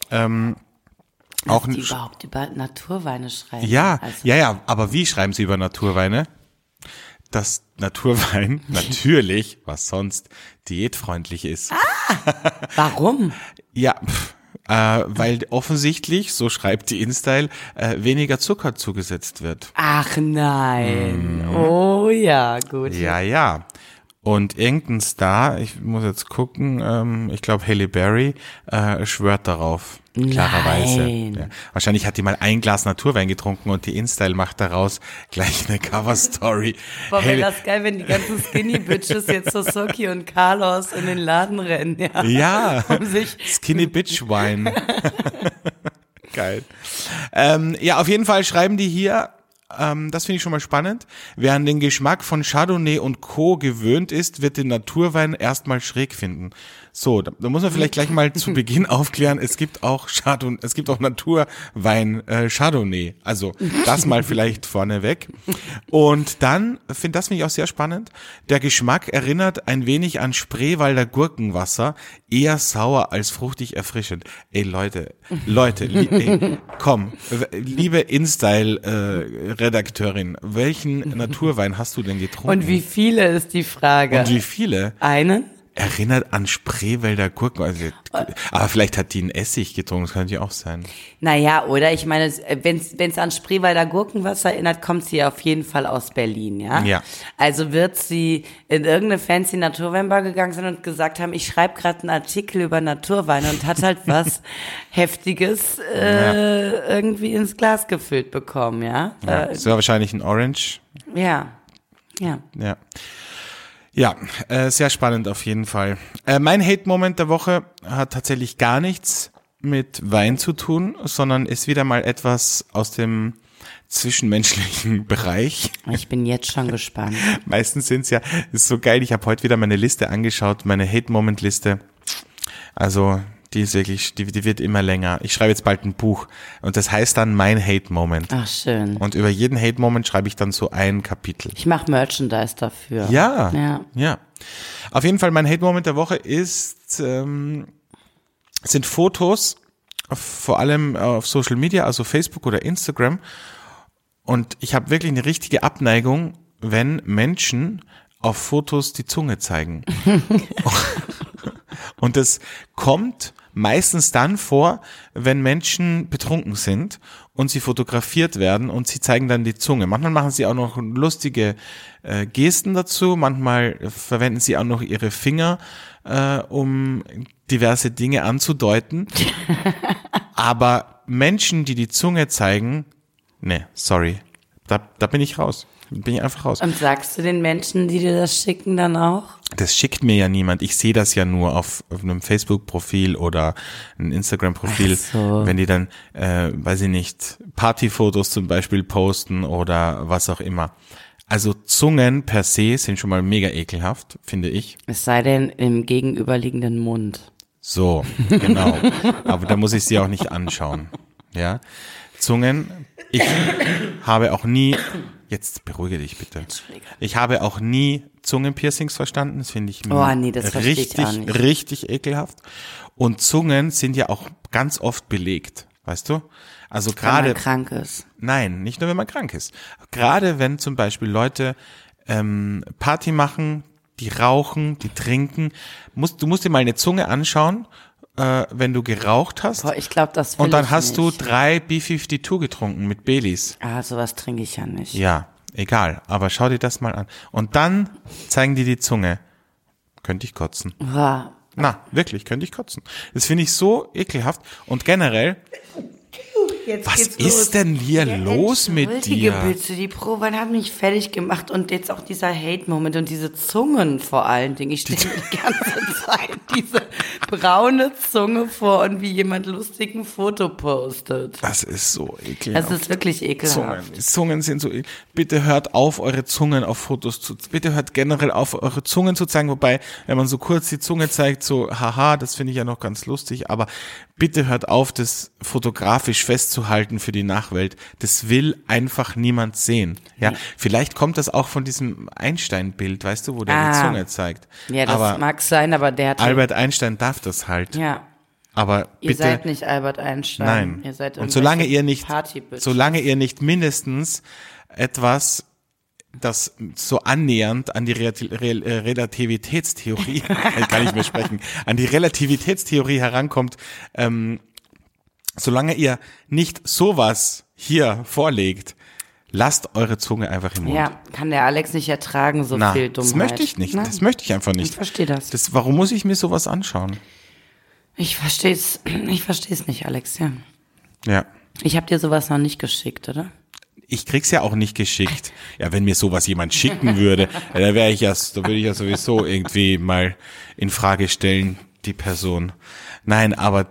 auch die überhaupt über Naturweine schreiben. Ja, also. Aber wie schreiben sie über Naturweine? Dass Naturwein natürlich, was sonst, diätfreundlich ist. Warum? Ja, weil offensichtlich, so schreibt die InStyle, weniger Zucker zugesetzt wird. Ach nein. Oh ja, gut. Ja. Und irgendein Star, ich muss jetzt gucken, ich glaube Halle Berry, schwört darauf. Klarerweise. Ja. Wahrscheinlich hat die mal ein Glas Naturwein getrunken und die InStyle macht daraus gleich eine Cover-Story. Boah, wäre das geil, wenn die ganzen Skinny-Bitches jetzt so Soki und Carlos in den Laden rennen. Ja, um sich Skinny-Bitch-Wein. Geil. Ja, auf jeden Fall schreiben die hier, das finde ich schon mal spannend. Wer an den Geschmack von Chardonnay und Co. gewöhnt ist, wird den Naturwein erstmal schräg finden. So, da muss man vielleicht gleich mal zu Beginn aufklären, es gibt auch Naturwein Chardonnay. Also das mal vielleicht vorneweg. Und dann, das finde ich auch sehr spannend, der Geschmack erinnert ein wenig an Spreewalder Gurkenwasser, eher sauer als fruchtig erfrischend. Ey Leute, komm, liebe InStyle-Redakteurin, welchen Naturwein hast du denn getrunken? Und wie viele ist die Frage? Und wie viele? Einen? Erinnert an Spreewälder Gurken. Also, aber vielleicht hat die einen Essig getrunken, das könnte ja auch sein. Naja, oder? Ich meine, wenn's an Spreewälder Gurkenwasser erinnert, kommt sie auf jeden Fall aus Berlin, ja? Ja. Also wird sie in irgendeine fancy Naturweinbar gegangen sein und gesagt haben, ich schreibe gerade einen Artikel über Naturweine und hat halt was Heftiges irgendwie ins Glas gefüllt bekommen, ja? Das war wahrscheinlich ein Orange. Ja. Ja, sehr spannend auf jeden Fall. Mein Hate-Moment der Woche hat tatsächlich gar nichts mit Wein zu tun, sondern ist wieder mal etwas aus dem zwischenmenschlichen Bereich. Ich bin jetzt schon gespannt. Meistens ist so geil, ich habe heute wieder meine Liste angeschaut, meine Hate-Moment-Liste. Also die ist wirklich, die wird immer länger. Ich schreibe jetzt bald ein Buch und das heißt dann mein Hate-Moment. Ach, schön. Und über jeden Hate-Moment schreibe ich dann so ein Kapitel. Ich mache Merchandise dafür. Ja. Auf jeden Fall mein Hate-Moment der Woche sind Fotos, vor allem auf Social Media, also Facebook oder Instagram. Und ich habe wirklich eine richtige Abneigung, wenn Menschen auf Fotos die Zunge zeigen. Und das kommt meistens dann vor, wenn Menschen betrunken sind und sie fotografiert werden und sie zeigen dann die Zunge. Manchmal machen sie auch noch lustige Gesten dazu, manchmal verwenden sie auch noch ihre Finger, um diverse Dinge anzudeuten. Aber Menschen, die die Zunge zeigen, ne, sorry, da bin ich raus. Bin ich einfach raus. Und sagst du den Menschen, die dir das schicken, dann auch? Das schickt mir ja niemand. Ich sehe das ja nur auf einem Facebook-Profil oder einem Instagram-Profil, so. Wenn die dann, weiß ich nicht, Partyfotos zum Beispiel posten oder was auch immer. Also Zungen per se sind schon mal mega ekelhaft, finde ich. Es sei denn im gegenüberliegenden Mund. So, genau. Aber da muss ich sie auch nicht anschauen. Ja, Zungen. Ich habe auch nie, jetzt beruhige dich bitte. Ich habe auch nie Zungenpiercings verstanden. Das finde ich richtig ekelhaft. Und Zungen sind ja auch ganz oft belegt, weißt du? Also gerade wenn man krank ist. Nein, nicht nur wenn man krank ist. Gerade wenn zum Beispiel Leute Party machen, die rauchen, die trinken, du musst dir mal eine Zunge anschauen, wenn du geraucht hast. Boah, ich glaube, das will und dann ich hast nicht. du 3 B52 getrunken mit Baileys. Ah, sowas trinke ich ja nicht. Ja, egal. Aber schau dir das mal an. Und dann zeigen die Zunge. Könnte ich kotzen. Boah. Na, wirklich, könnte ich kotzen. Das finde ich so ekelhaft. Und generell Jetzt Was geht's ist los. denn hier los mit Entschuldige dir? bitte, die Probe hat mich fertig gemacht und jetzt auch dieser Hate-Moment und diese Zungen vor allen Dingen. Ich stelle mir die ganze Zeit diese braune Zunge vor und wie jemand lustig ein Foto postet. Das ist so ekelhaft. Das ist wirklich ekelhaft. Zungen sind so. Bitte hört auf, eure Zungen auf Fotos zu. Bitte hört generell auf, eure Zungen zu zeigen. Wobei, wenn man so kurz die Zunge zeigt, so, haha, das finde ich ja noch ganz lustig. Aber bitte hört auf, das fotografisch festzuhalten für die Nachwelt. Das will einfach niemand sehen. Ja, vielleicht kommt das auch von diesem Einstein-Bild, weißt du, wo der die Zunge zeigt. Ja, das aber mag sein, aber der hat... Albert Einstein darf das halt. Ja, Aber ihr bitte. seid nicht Albert Einstein. Nein. Ihr seid Und solange Partybitches. ihr nicht mindestens etwas, das so annähernd an die Relativitätstheorie, ich kann nicht mehr sprechen, an die Relativitätstheorie herankommt, solange ihr nicht sowas hier vorlegt, lasst eure Zunge einfach im Mund. Ja, kann der Alex nicht ertragen, so viel Dummheit. das möchte ich nicht. Na, Das möchte ich einfach nicht. ich verstehe das. Warum muss ich mir sowas anschauen? Ich versteh's nicht, Alex, ja. Ja. Ich habe dir sowas noch nicht geschickt, oder? Ich krieg's ja auch nicht geschickt. Ja, wenn mir sowas jemand schicken würde, da würde ich ja sowieso irgendwie mal in Frage stellen, die Person. Nein, aber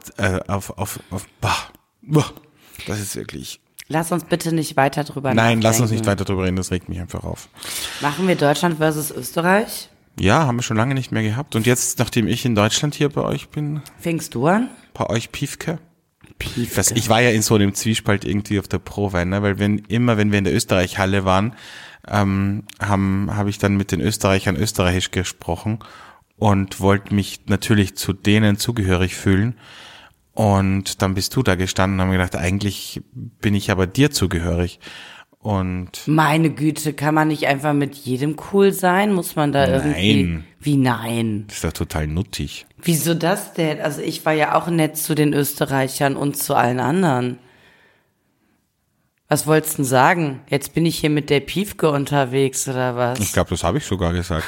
das ist wirklich. Lass uns bitte nicht weiter drüber nachdenken. Nein, lass uns nicht weiter drüber reden, das regt mich einfach auf. Machen wir Deutschland versus Österreich? Ja, haben wir schon lange nicht mehr gehabt. Und jetzt, nachdem ich in Deutschland hier bei euch bin, Fängst du an? bei euch Piefke. Piefke. Ich war ja in so einem Zwiespalt irgendwie auf der Prowein, ne? Weil wenn wir in der Österreich-Halle waren, habe ich dann mit den Österreichern Österreichisch gesprochen und wollte mich natürlich zu denen zugehörig fühlen. Und dann bist du da gestanden und haben gedacht, eigentlich bin ich aber dir zugehörig. Und Meine Güte, kann man nicht einfach mit jedem cool sein? Muss man da irgendwie... Nein. Wie nein? das ist doch total nuttig. Wieso das denn? Also ich war ja auch nett zu den Österreichern und zu allen anderen. Was wolltest du denn sagen? Jetzt bin ich hier mit der Piefke unterwegs, oder was? Ich glaube, das habe ich sogar gesagt.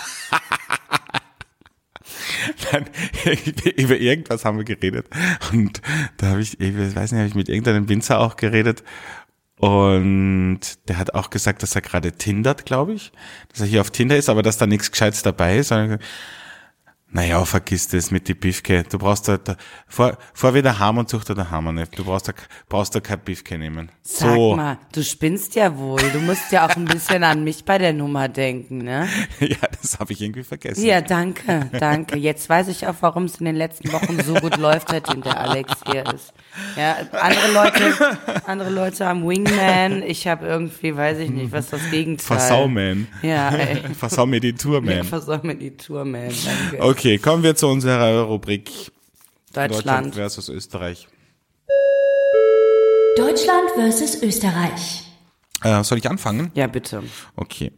Nein, über irgendwas haben wir geredet. Und da habe ich mit irgendeinem Winzer auch geredet. Und der hat auch gesagt, dass er gerade tindert, glaube ich. Dass er hier auf Tinder ist, aber dass da nichts Gescheites dabei ist. Naja, vergiss das mit die Piefke. Du brauchst da vor wieder heim und such da daheim nicht. Du brauchst da kein Piefke nehmen. Sag mal, du spinnst ja wohl. Du musst ja auch ein bisschen an mich bei der Nummer denken, ne? Ja, das habe ich irgendwie vergessen. Ja, danke. Jetzt weiß ich auch, warum es in den letzten Wochen so gut läuft, seitdem der Alex hier ist. Ja, andere Leute haben Wingman. Ich habe irgendwie, weiß ich nicht, was ist das Gegenteil? Versauman. Ja, ey. Versau mir die Tour, man. Versau mir die Tour, man. Danke. Okay, kommen wir zu unserer Rubrik Deutschland. versus Österreich. Deutschland versus Österreich. Soll ich anfangen? Ja, bitte. Okay.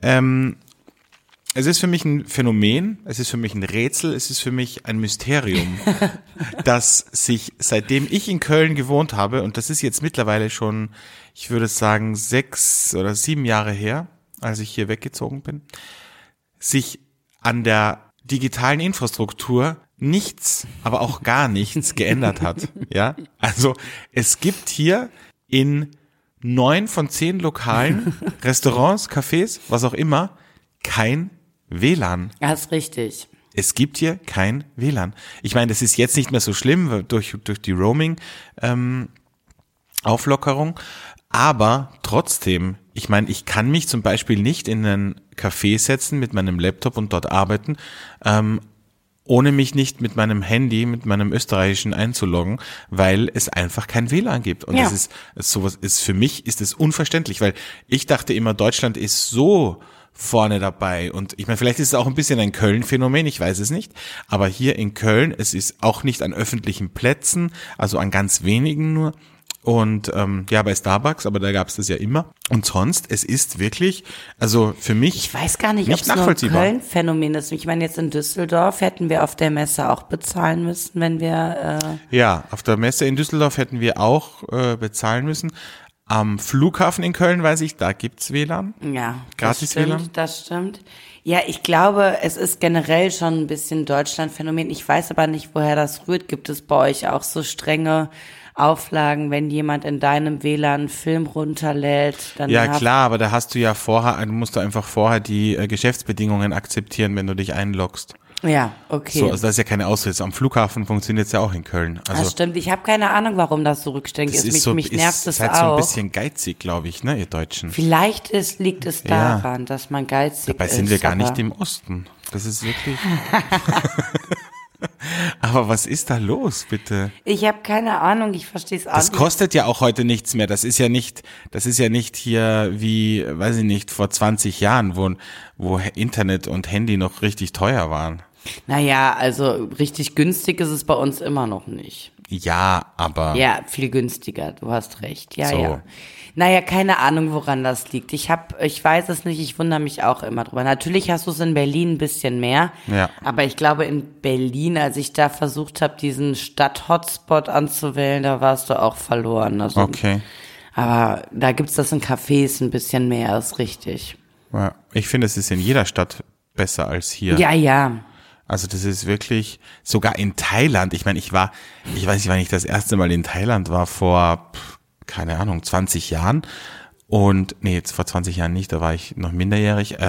Es ist für mich ein Phänomen, es ist für mich ein Rätsel, es ist für mich ein Mysterium, dass sich, seitdem ich in Köln gewohnt habe, und das ist jetzt mittlerweile schon, ich würde sagen, 6 oder 7 Jahre her, als ich hier weggezogen bin, sich an der digitalen Infrastruktur nichts, aber auch gar nichts geändert hat. Ja, also es gibt hier in 9 von 10 Lokalen, Restaurants, Cafés, was auch immer, kein WLAN. Das ist richtig. Es gibt hier kein WLAN. Ich meine, das ist jetzt nicht mehr so schlimm durch die Roaming-Auflockerung, aber trotzdem, ich meine, ich kann mich zum Beispiel nicht in einen Café setzen mit meinem Laptop und dort arbeiten, ohne mich nicht mit meinem Handy, mit meinem österreichischen einzuloggen, weil es einfach kein WLAN gibt. Und das ist sowas ist für mich ist es unverständlich, weil ich dachte immer, Deutschland ist so vorne dabei. Und ich meine, vielleicht ist es auch ein bisschen ein Köln-Phänomen, ich weiß es nicht. Aber hier in Köln, es ist auch nicht an öffentlichen Plätzen, also an ganz wenigen nur. Und ja, bei Starbucks, aber da gab es das ja immer. Und sonst, es ist wirklich, also für mich Ich weiß gar nicht, ob es nur ein Köln-Phänomen ist. Ich meine, jetzt in Düsseldorf hätten wir auf der Messe auch bezahlen müssen, wenn wir... Ja, auf der Messe in Düsseldorf hätten wir auch bezahlen müssen. Am Flughafen in Köln, weiß ich, da gibt's WLAN. Ja, Gratis WLAN. Das stimmt. Ja, ich glaube, es ist generell schon ein bisschen Deutschland-Phänomen. Ich weiß aber nicht, woher das rührt. Gibt es bei euch auch so strenge Auflagen, wenn jemand in deinem WLAN einen Film runterlädt? Dann Ja, klar, aber da hast du ja musst du einfach vorher die Geschäftsbedingungen akzeptieren, wenn du dich einloggst. Ja, okay. So, also das ist ja keine Ausrede. Am Flughafen funktioniert es ja auch in Köln. Also das stimmt. Ich habe keine Ahnung, warum das so rückständig ist. Mich nervt es seid auch. so ein bisschen geizig, glaube ich, ne, ihr Deutschen. Vielleicht liegt es daran, dass man geizig ist. Dabei sind wir gar nicht im Osten. Das ist wirklich... Aber was ist da los, bitte? Ich habe keine Ahnung, ich verstehe es auch Das nicht. kostet ja auch heute nichts mehr. Das ist ja nicht hier wie, weiß ich nicht, vor 20 Jahren, wo Internet und Handy noch richtig teuer waren. Naja, also richtig günstig ist es bei uns immer noch nicht. Ja, aber... Ja, viel günstiger, du hast recht. Ja, So. ja. Naja, keine Ahnung, woran das liegt. Ich weiß es nicht, ich wundere mich auch immer drüber. Natürlich hast du es in Berlin ein bisschen mehr, Ja. aber ich glaube in Berlin, als ich da versucht habe, diesen Stadt-Hotspot anzuwählen, da warst du auch verloren. Also, Okay. aber da gibt's das in Cafés ein bisschen mehr, ist richtig. Ja. Ich finde, es ist in jeder Stadt besser als hier. Ja, ja. Also das ist wirklich, sogar in Thailand, ich meine, ich weiß nicht, wann ich das erste Mal in Thailand war, vor, keine Ahnung, 20 Jahren. Jetzt vor 20 Jahren nicht, da war ich noch minderjährig,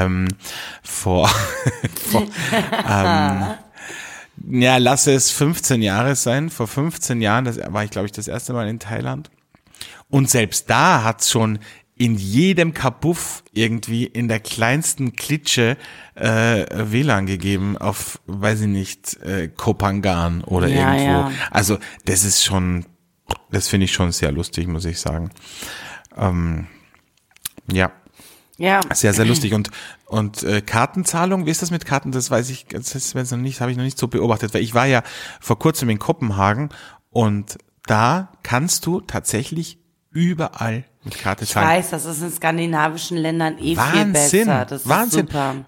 lass es 15 Jahre sein, vor 15 Jahren, das war ich, glaube ich, das erste Mal in Thailand. Und selbst da hat's schon in jedem Kabuff irgendwie in der kleinsten Klitsche WLAN gegeben auf, weiß ich nicht, Koh Phangan oder Ja, irgendwo. ja. Also das finde ich schon sehr lustig, muss ich sagen. Ja, Ja. sehr, sehr lustig. Und Kartenzahlung, wie ist das mit Karten? Das weiß ich, das habe ich noch nicht so beobachtet, weil ich war ja vor kurzem in Kopenhagen und da kannst du tatsächlich überall mit Karte Ich zahlen. weiß, das ist in skandinavischen Ländern viel Wahnsinn, besser. Das Wahnsinn. ist super.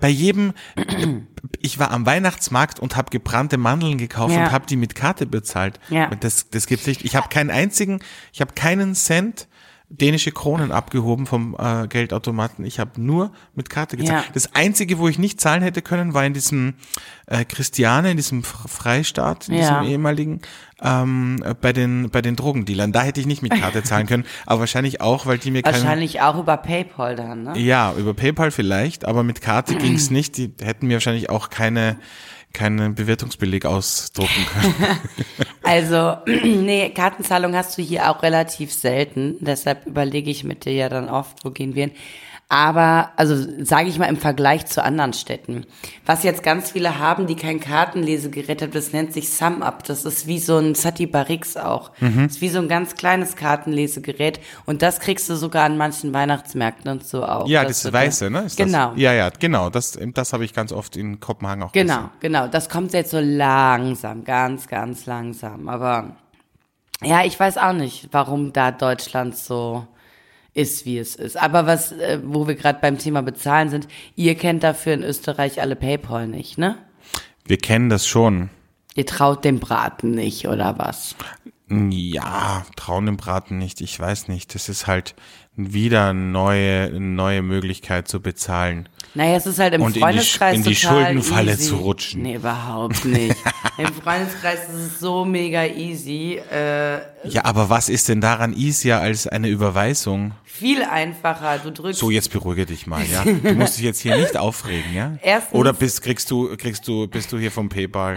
Ich war am Weihnachtsmarkt und habe gebrannte Mandeln gekauft Ja. und habe die mit Karte bezahlt. Ja. Das gibt's nicht. Ich habe keinen Cent dänische Kronen abgehoben vom Geldautomaten. Ich habe nur mit Karte gezahlt. Ja. Das Einzige, wo ich nicht zahlen hätte können, war in diesem Christiane, in diesem Freistaat, in Ja. diesem ehemaligen, bei den Drogendealern. Da hätte ich nicht mit Karte zahlen können, aber wahrscheinlich auch, weil die mir Wahrscheinlich auch über PayPal dann, ne? Ja, über PayPal vielleicht, aber mit Karte ging's nicht. Die hätten mir wahrscheinlich auch keinen Bewertungsbeleg ausdrucken können. Also, nee, Kartenzahlung hast du hier auch relativ selten. Deshalb überlege ich mit dir ja dann oft, wo gehen wir hin. Aber, also sage ich mal im Vergleich zu anderen Städten. Was jetzt ganz viele haben, die kein Kartenlesegerät haben, das nennt sich SumUp. Das ist wie so ein Sati Barix auch. Das ist wie so ein ganz kleines Kartenlesegerät. Und das kriegst du sogar an manchen Weihnachtsmärkten und so auch. Ja, dass das du Weiße, ne? Ist Genau. Das? Ja, genau. Das habe ich ganz oft in Kopenhagen auch gesehen. Genau. Das kommt jetzt so langsam, ganz, ganz langsam. Aber ja, ich weiß auch nicht, warum da Deutschland so ist, wie es ist. Aber wo wir gerade beim Thema Bezahlen sind, ihr kennt dafür in Österreich alle PayPal nicht, ne? Wir kennen das schon. Ihr traut dem Braten nicht, oder was? Ja, trauen dem Braten nicht. Ich weiß nicht. Das ist halt wieder eine neue Möglichkeit zu bezahlen. Naja, es ist halt im Und Freundeskreis in die total Schuldenfalle easy. zu rutschen. Nee, überhaupt nicht. Im Freundeskreis ist es so mega easy. Ja, aber was ist denn daran easier als eine Überweisung? Viel einfacher. Du drückst. So, jetzt beruhige dich mal, ja. Du musst dich jetzt hier nicht aufregen, ja. Erstens- Oder bist du hier vom PayPal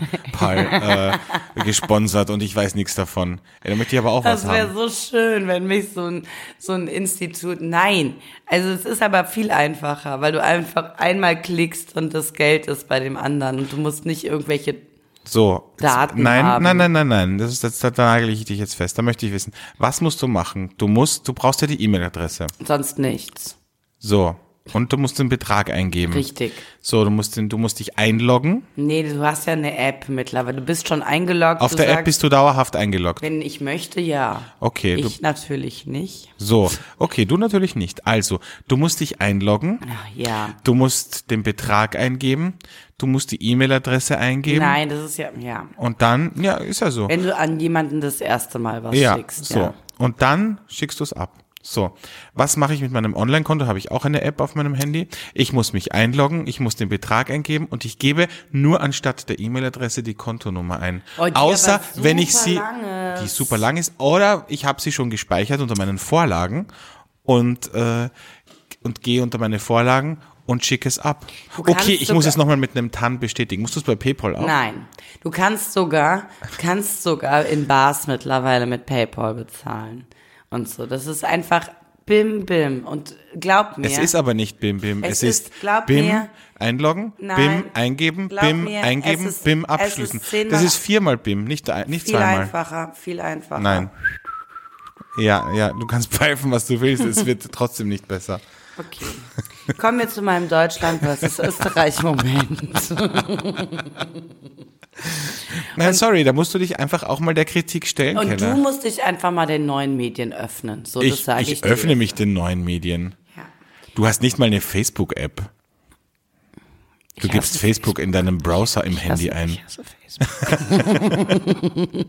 gesponsert und ich weiß nichts davon. Ey, da möchte ich aber auch was Das wäre haben. so schön, wenn mich so ein Institut. Nein, also es ist aber viel einfacher, weil du einfach einmal klickst und das Geld ist bei dem anderen und du musst nicht irgendwelche. So. Daten Nein. haben. Da nagel ich dich jetzt fest. Da möchte ich wissen, was musst du machen? Du brauchst ja die E-Mail-Adresse. Sonst nichts. So. Und du musst den Betrag eingeben. Richtig. So, du musst dich einloggen. Nee, du hast ja eine App mittlerweile. Du bist schon eingeloggt. Auf du der sagst, App bist du dauerhaft eingeloggt. wenn ich möchte, ja. Okay, Ich natürlich nicht. So, okay, du natürlich nicht. Also, du musst dich einloggen, Ach, ja. du musst den Betrag eingeben, du musst die E-Mail-Adresse eingeben. Nein, das ist ja. Und dann, ja, ist ja so. Wenn du an jemanden das erste Mal was Ja, schickst. so. Ja. Und dann schickst du es ab. So, was mache ich mit meinem Online-Konto? Habe ich auch eine App auf meinem Handy. Ich muss mich einloggen, ich muss den Betrag eingeben und ich gebe nur anstatt der E-Mail-Adresse die Kontonummer ein. Außer wenn ich sie, die super lang ist, oder ich habe sie schon gespeichert unter meinen Vorlagen und gehe unter meine Vorlagen und schicke es ab. Okay, ich muss es nochmal mit einem TAN bestätigen. Musst du es bei PayPal auch? Nein, du kannst sogar in Bars mittlerweile mit PayPal bezahlen und so. Das ist einfach Bim Bim und glaub mir. Es ist aber nicht Bim Bim. Es ist BIM mir, einloggen, nein, BIM eingeben, BIM mir, eingeben, BIM abschließen. Das ist 4-mal BIM, nicht zweimal. Viel einfacher. Nein. Ja, du kannst pfeifen, was du willst, es wird trotzdem nicht besser. Okay. Kommen wir zu meinem Deutschland versus Österreich-Moment. Nein, sorry, da musst du dich einfach auch mal der Kritik stellen, Und Keller. du musst dich einfach mal den neuen Medien öffnen. So, das sage ich dir öffne jetzt. mich den neuen Medien. Ja. Du hast nicht mal eine Facebook-App. Du gibst Facebook in deinem Browser im Handy ein. Ich hasse Facebook.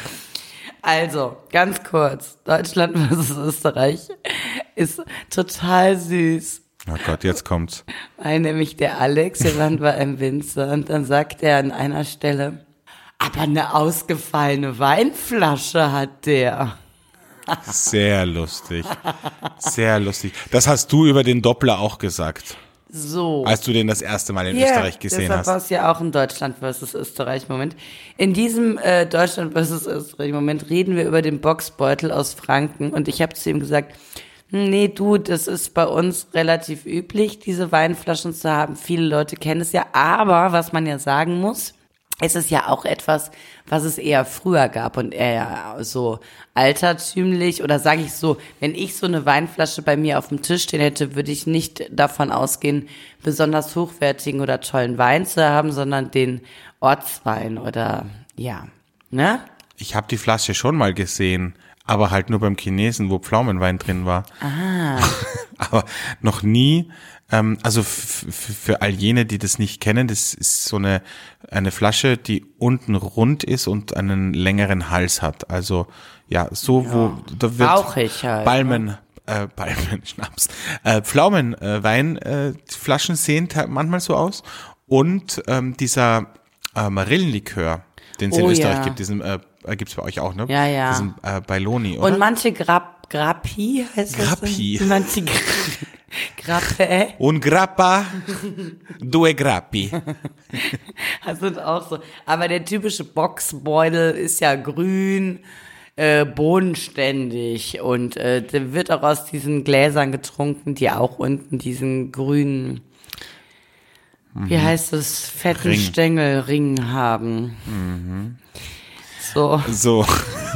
Also, ganz kurz. Deutschland versus Österreich ist total süß. Oh Gott, jetzt kommt's. Weil nämlich der Alex, der Land war im Winzer und dann sagt er an einer Stelle, aber eine ausgefallene Weinflasche hat der. Sehr lustig. Sehr lustig. Das hast du über den Doppler auch gesagt, So. als du den das erste Mal in Österreich gesehen deshalb war hast. es ja auch ein Deutschland versus Österreich-Moment. In diesem Deutschland versus Österreich-Moment reden wir über den Boxbeutel aus Franken und ich habe zu ihm gesagt, nee, du, das ist bei uns relativ üblich, diese Weinflaschen zu haben. Viele Leute kennen es ja, aber was man ja sagen muss, es ist ja auch etwas, was es eher früher gab und eher so altertümlich oder sage ich so, wenn ich so eine Weinflasche bei mir auf dem Tisch stehen hätte, würde ich nicht davon ausgehen, besonders hochwertigen oder tollen Wein zu haben, sondern den Ortswein oder ja, ne? Ich habe die Flasche schon mal gesehen, aber halt nur beim Chinesen, wo Pflaumenwein drin war. Ah. Aber noch nie, also für all jene, die das nicht kennen, das ist so eine Flasche, die unten rund ist und einen längeren Hals hat. Also ja, so wo da wird Bauchig halt, Schnaps, Pflaumenwein, Flaschen sehen manchmal so aus und dieser Marillenlikör, den es in Österreich gibt, diesen gibt's bei euch auch, ne? Ja, ja. Diesen Bailoni, oder? Und manche Grappi heißt das? Grappi. Manche Grappe. Un grappa, due grappi. Das sind auch so. Aber der typische Boxbeutel ist ja grün, bodenständig und der wird auch aus diesen Gläsern getrunken, die auch unten diesen grünen, wie heißt es, fetten Ring. Stängelring haben. Mhm. So.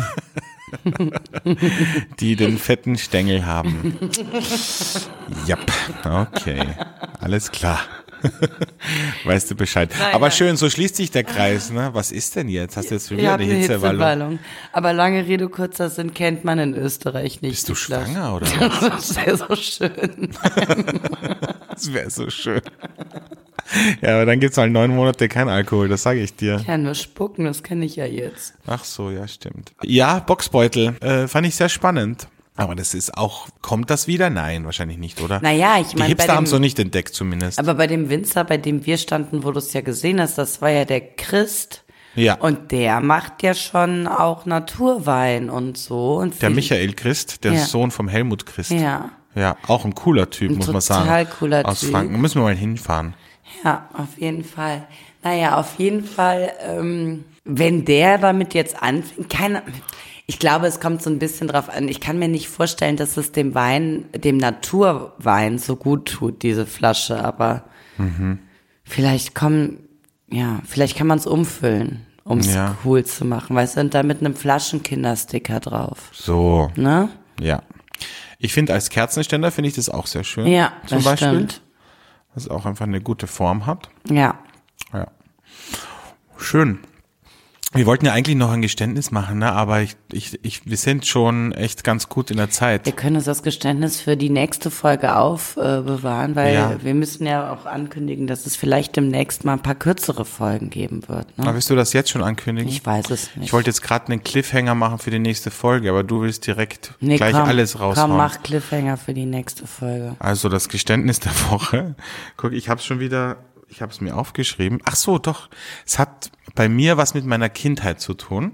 Die den fetten Stängel haben. Japp, okay, alles klar. Weißt du Bescheid. Nein, Aber nein. schön, so schließt sich der Kreis, ne? Was ist denn jetzt? Hast du jetzt wieder Ich eine habe eine Hitzewallung? Hitzewallung. Aber lange Rede, kurzer Sinn kennt man in Österreich nicht. Bist du die Flasche. schwanger, oder? Das wäre so schön. Das wäre so schön. Ja, aber dann gibt's halt 9 Monate kein Alkohol, das sage ich dir. Ja, nur spucken, das kenne ich ja jetzt. Ach so, ja, stimmt. Ja, Boxbeutel, fand ich sehr spannend. Aber das ist auch, kommt das wieder? Nein, wahrscheinlich nicht, oder? Naja, ich Die meine, Hipster haben es noch nicht entdeckt zumindest. aber bei dem Winzer, bei dem wir standen, wo du es ja gesehen hast, das war ja der Christ. Ja. Und der macht ja schon auch Naturwein und so. Und Der viel- Michael Christ, der Ja. Sohn vom Helmut Christ. Ja, Ja, auch ein cooler Typ, Ein muss man sagen. total cooler Aus Typ. Franken. Müssen wir mal hinfahren. ja, auf jeden Fall. Naja, auf jeden Fall, wenn der damit jetzt anfängt, ich glaube, es kommt so ein bisschen drauf an. Ich kann mir nicht vorstellen, dass es dem Naturwein so gut tut, diese Flasche, aber vielleicht kann man es umfüllen, um es Ja. cool zu machen. Weißt du, und da mit einem Flaschenkindersticker drauf. So, Ne? ja. Ich finde, als Kerzenständer finde ich das auch sehr schön. Ja, zum das Beispiel. stimmt. Was auch einfach eine gute Form hat. Ja. Ja. Schön. Wir wollten ja eigentlich noch ein Geständnis machen, ne? Aber wir sind schon echt ganz gut in der Zeit. Wir können uns das Geständnis für die nächste Folge aufbewahren, weil wir müssen ja auch ankündigen, dass es vielleicht demnächst mal ein paar kürzere Folgen geben wird. Ne? Aber willst du das jetzt schon ankündigen? Ich weiß es nicht. Ich wollte jetzt gerade einen Cliffhanger machen für die nächste Folge, aber du willst direkt gleich alles raushauen. Komm, mach Cliffhanger für die nächste Folge. Also das Geständnis der Woche. Guck, ich habe es mir aufgeschrieben. Ach so, doch. Es hat bei mir was mit meiner Kindheit zu tun.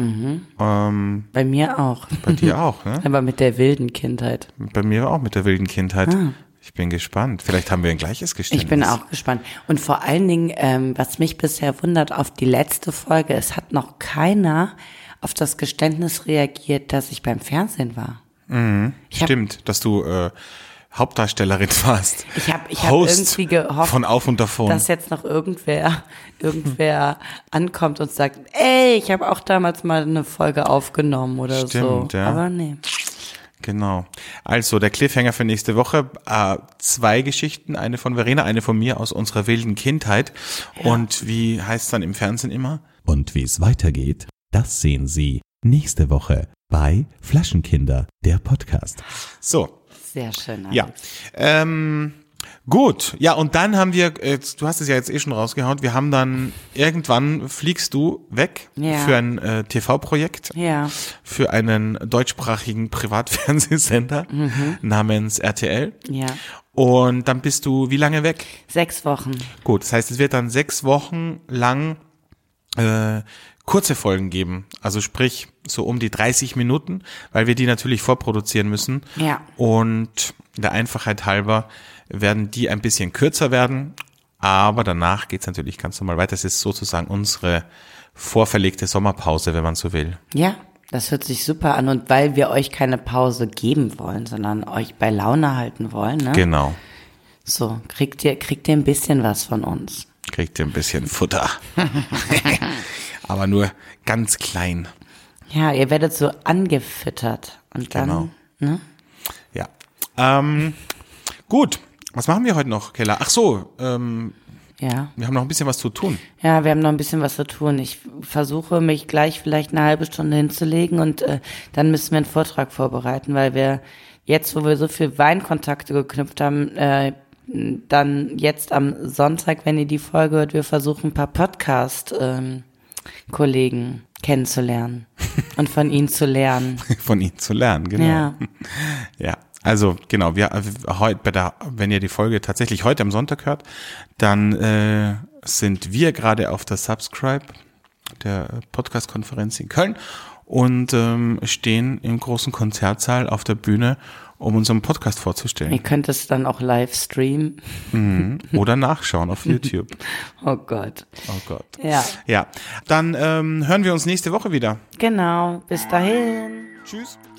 Bei mir auch. Bei dir auch, ne? Aber mit der wilden Kindheit. Bei mir auch mit der wilden Kindheit. Ich bin gespannt. Vielleicht haben wir ein gleiches Geständnis. Ich bin auch gespannt. Und vor allen Dingen, was mich bisher wundert, auf die letzte Folge, es hat noch keiner auf das Geständnis reagiert, dass ich beim Fernsehen war. Stimmt, dass du Hauptdarstellerin warst. Ich hab irgendwie gehofft, von Auf und Davon, dass jetzt noch irgendwer ankommt und sagt, ey, ich habe auch damals mal eine Folge aufgenommen oder Stimmt, so. Ja. Aber nee. Genau. Also der Cliffhanger für nächste Woche. 2 Geschichten, eine von Verena, eine von mir aus unserer wilden Kindheit. Ja. Und wie heißt es dann im Fernsehen immer? Und wie es weitergeht, das sehen Sie nächste Woche bei Flaschenkinder, der Podcast. So. Sehr schön, Alex. Ja. Gut. Ja, und dann haben wir, du hast es ja jetzt schon rausgehauen, wir haben dann, irgendwann fliegst du weg für ein TV-Projekt, für einen deutschsprachigen Privatfernsehsender namens RTL. Ja. Und dann bist du wie lange weg? 6 Wochen. Gut, das heißt, es wird dann 6 Wochen lang kurze Folgen geben, also sprich so um die 30 Minuten, weil wir die natürlich vorproduzieren müssen. Ja. Und der Einfachheit halber werden die ein bisschen kürzer werden, aber danach geht's natürlich ganz normal weiter. Es ist sozusagen unsere vorverlegte Sommerpause, wenn man so will. Ja, das hört sich super an und weil wir euch keine Pause geben wollen, sondern euch bei Laune halten wollen, ne? Genau. So, kriegt ihr ein bisschen was von uns. Kriegt ihr ein bisschen Futter. Aber nur ganz klein. Ja, ihr werdet so angefüttert. Und dann, genau. Ne? Ja. Gut. Was machen wir heute noch, Keller? Ach so, wir haben noch ein bisschen was zu tun. Ja, wir haben noch ein bisschen was zu tun. Ich versuche, mich gleich vielleicht eine halbe Stunde hinzulegen und dann müssen wir einen Vortrag vorbereiten, weil wir jetzt, wo wir so viel Weinkontakte geknüpft haben, dann jetzt am Sonntag, wenn ihr die Folge hört, wir versuchen ein paar Podcast-Kollegen kennenzulernen und von ihnen zu lernen. Von ihnen zu lernen, genau. Ja. Ja. Also genau, wenn ihr die Folge tatsächlich heute am Sonntag hört, dann sind wir gerade auf der Subscribe der Podcast-Konferenz in Köln und stehen im großen Konzertsaal auf der Bühne, um unseren Podcast vorzustellen. Ihr könnt es dann auch live streamen. Oder nachschauen auf YouTube. Oh Gott. Oh Gott. Ja. Ja, dann hören wir uns nächste Woche wieder. Genau, bis dahin. Tschüss.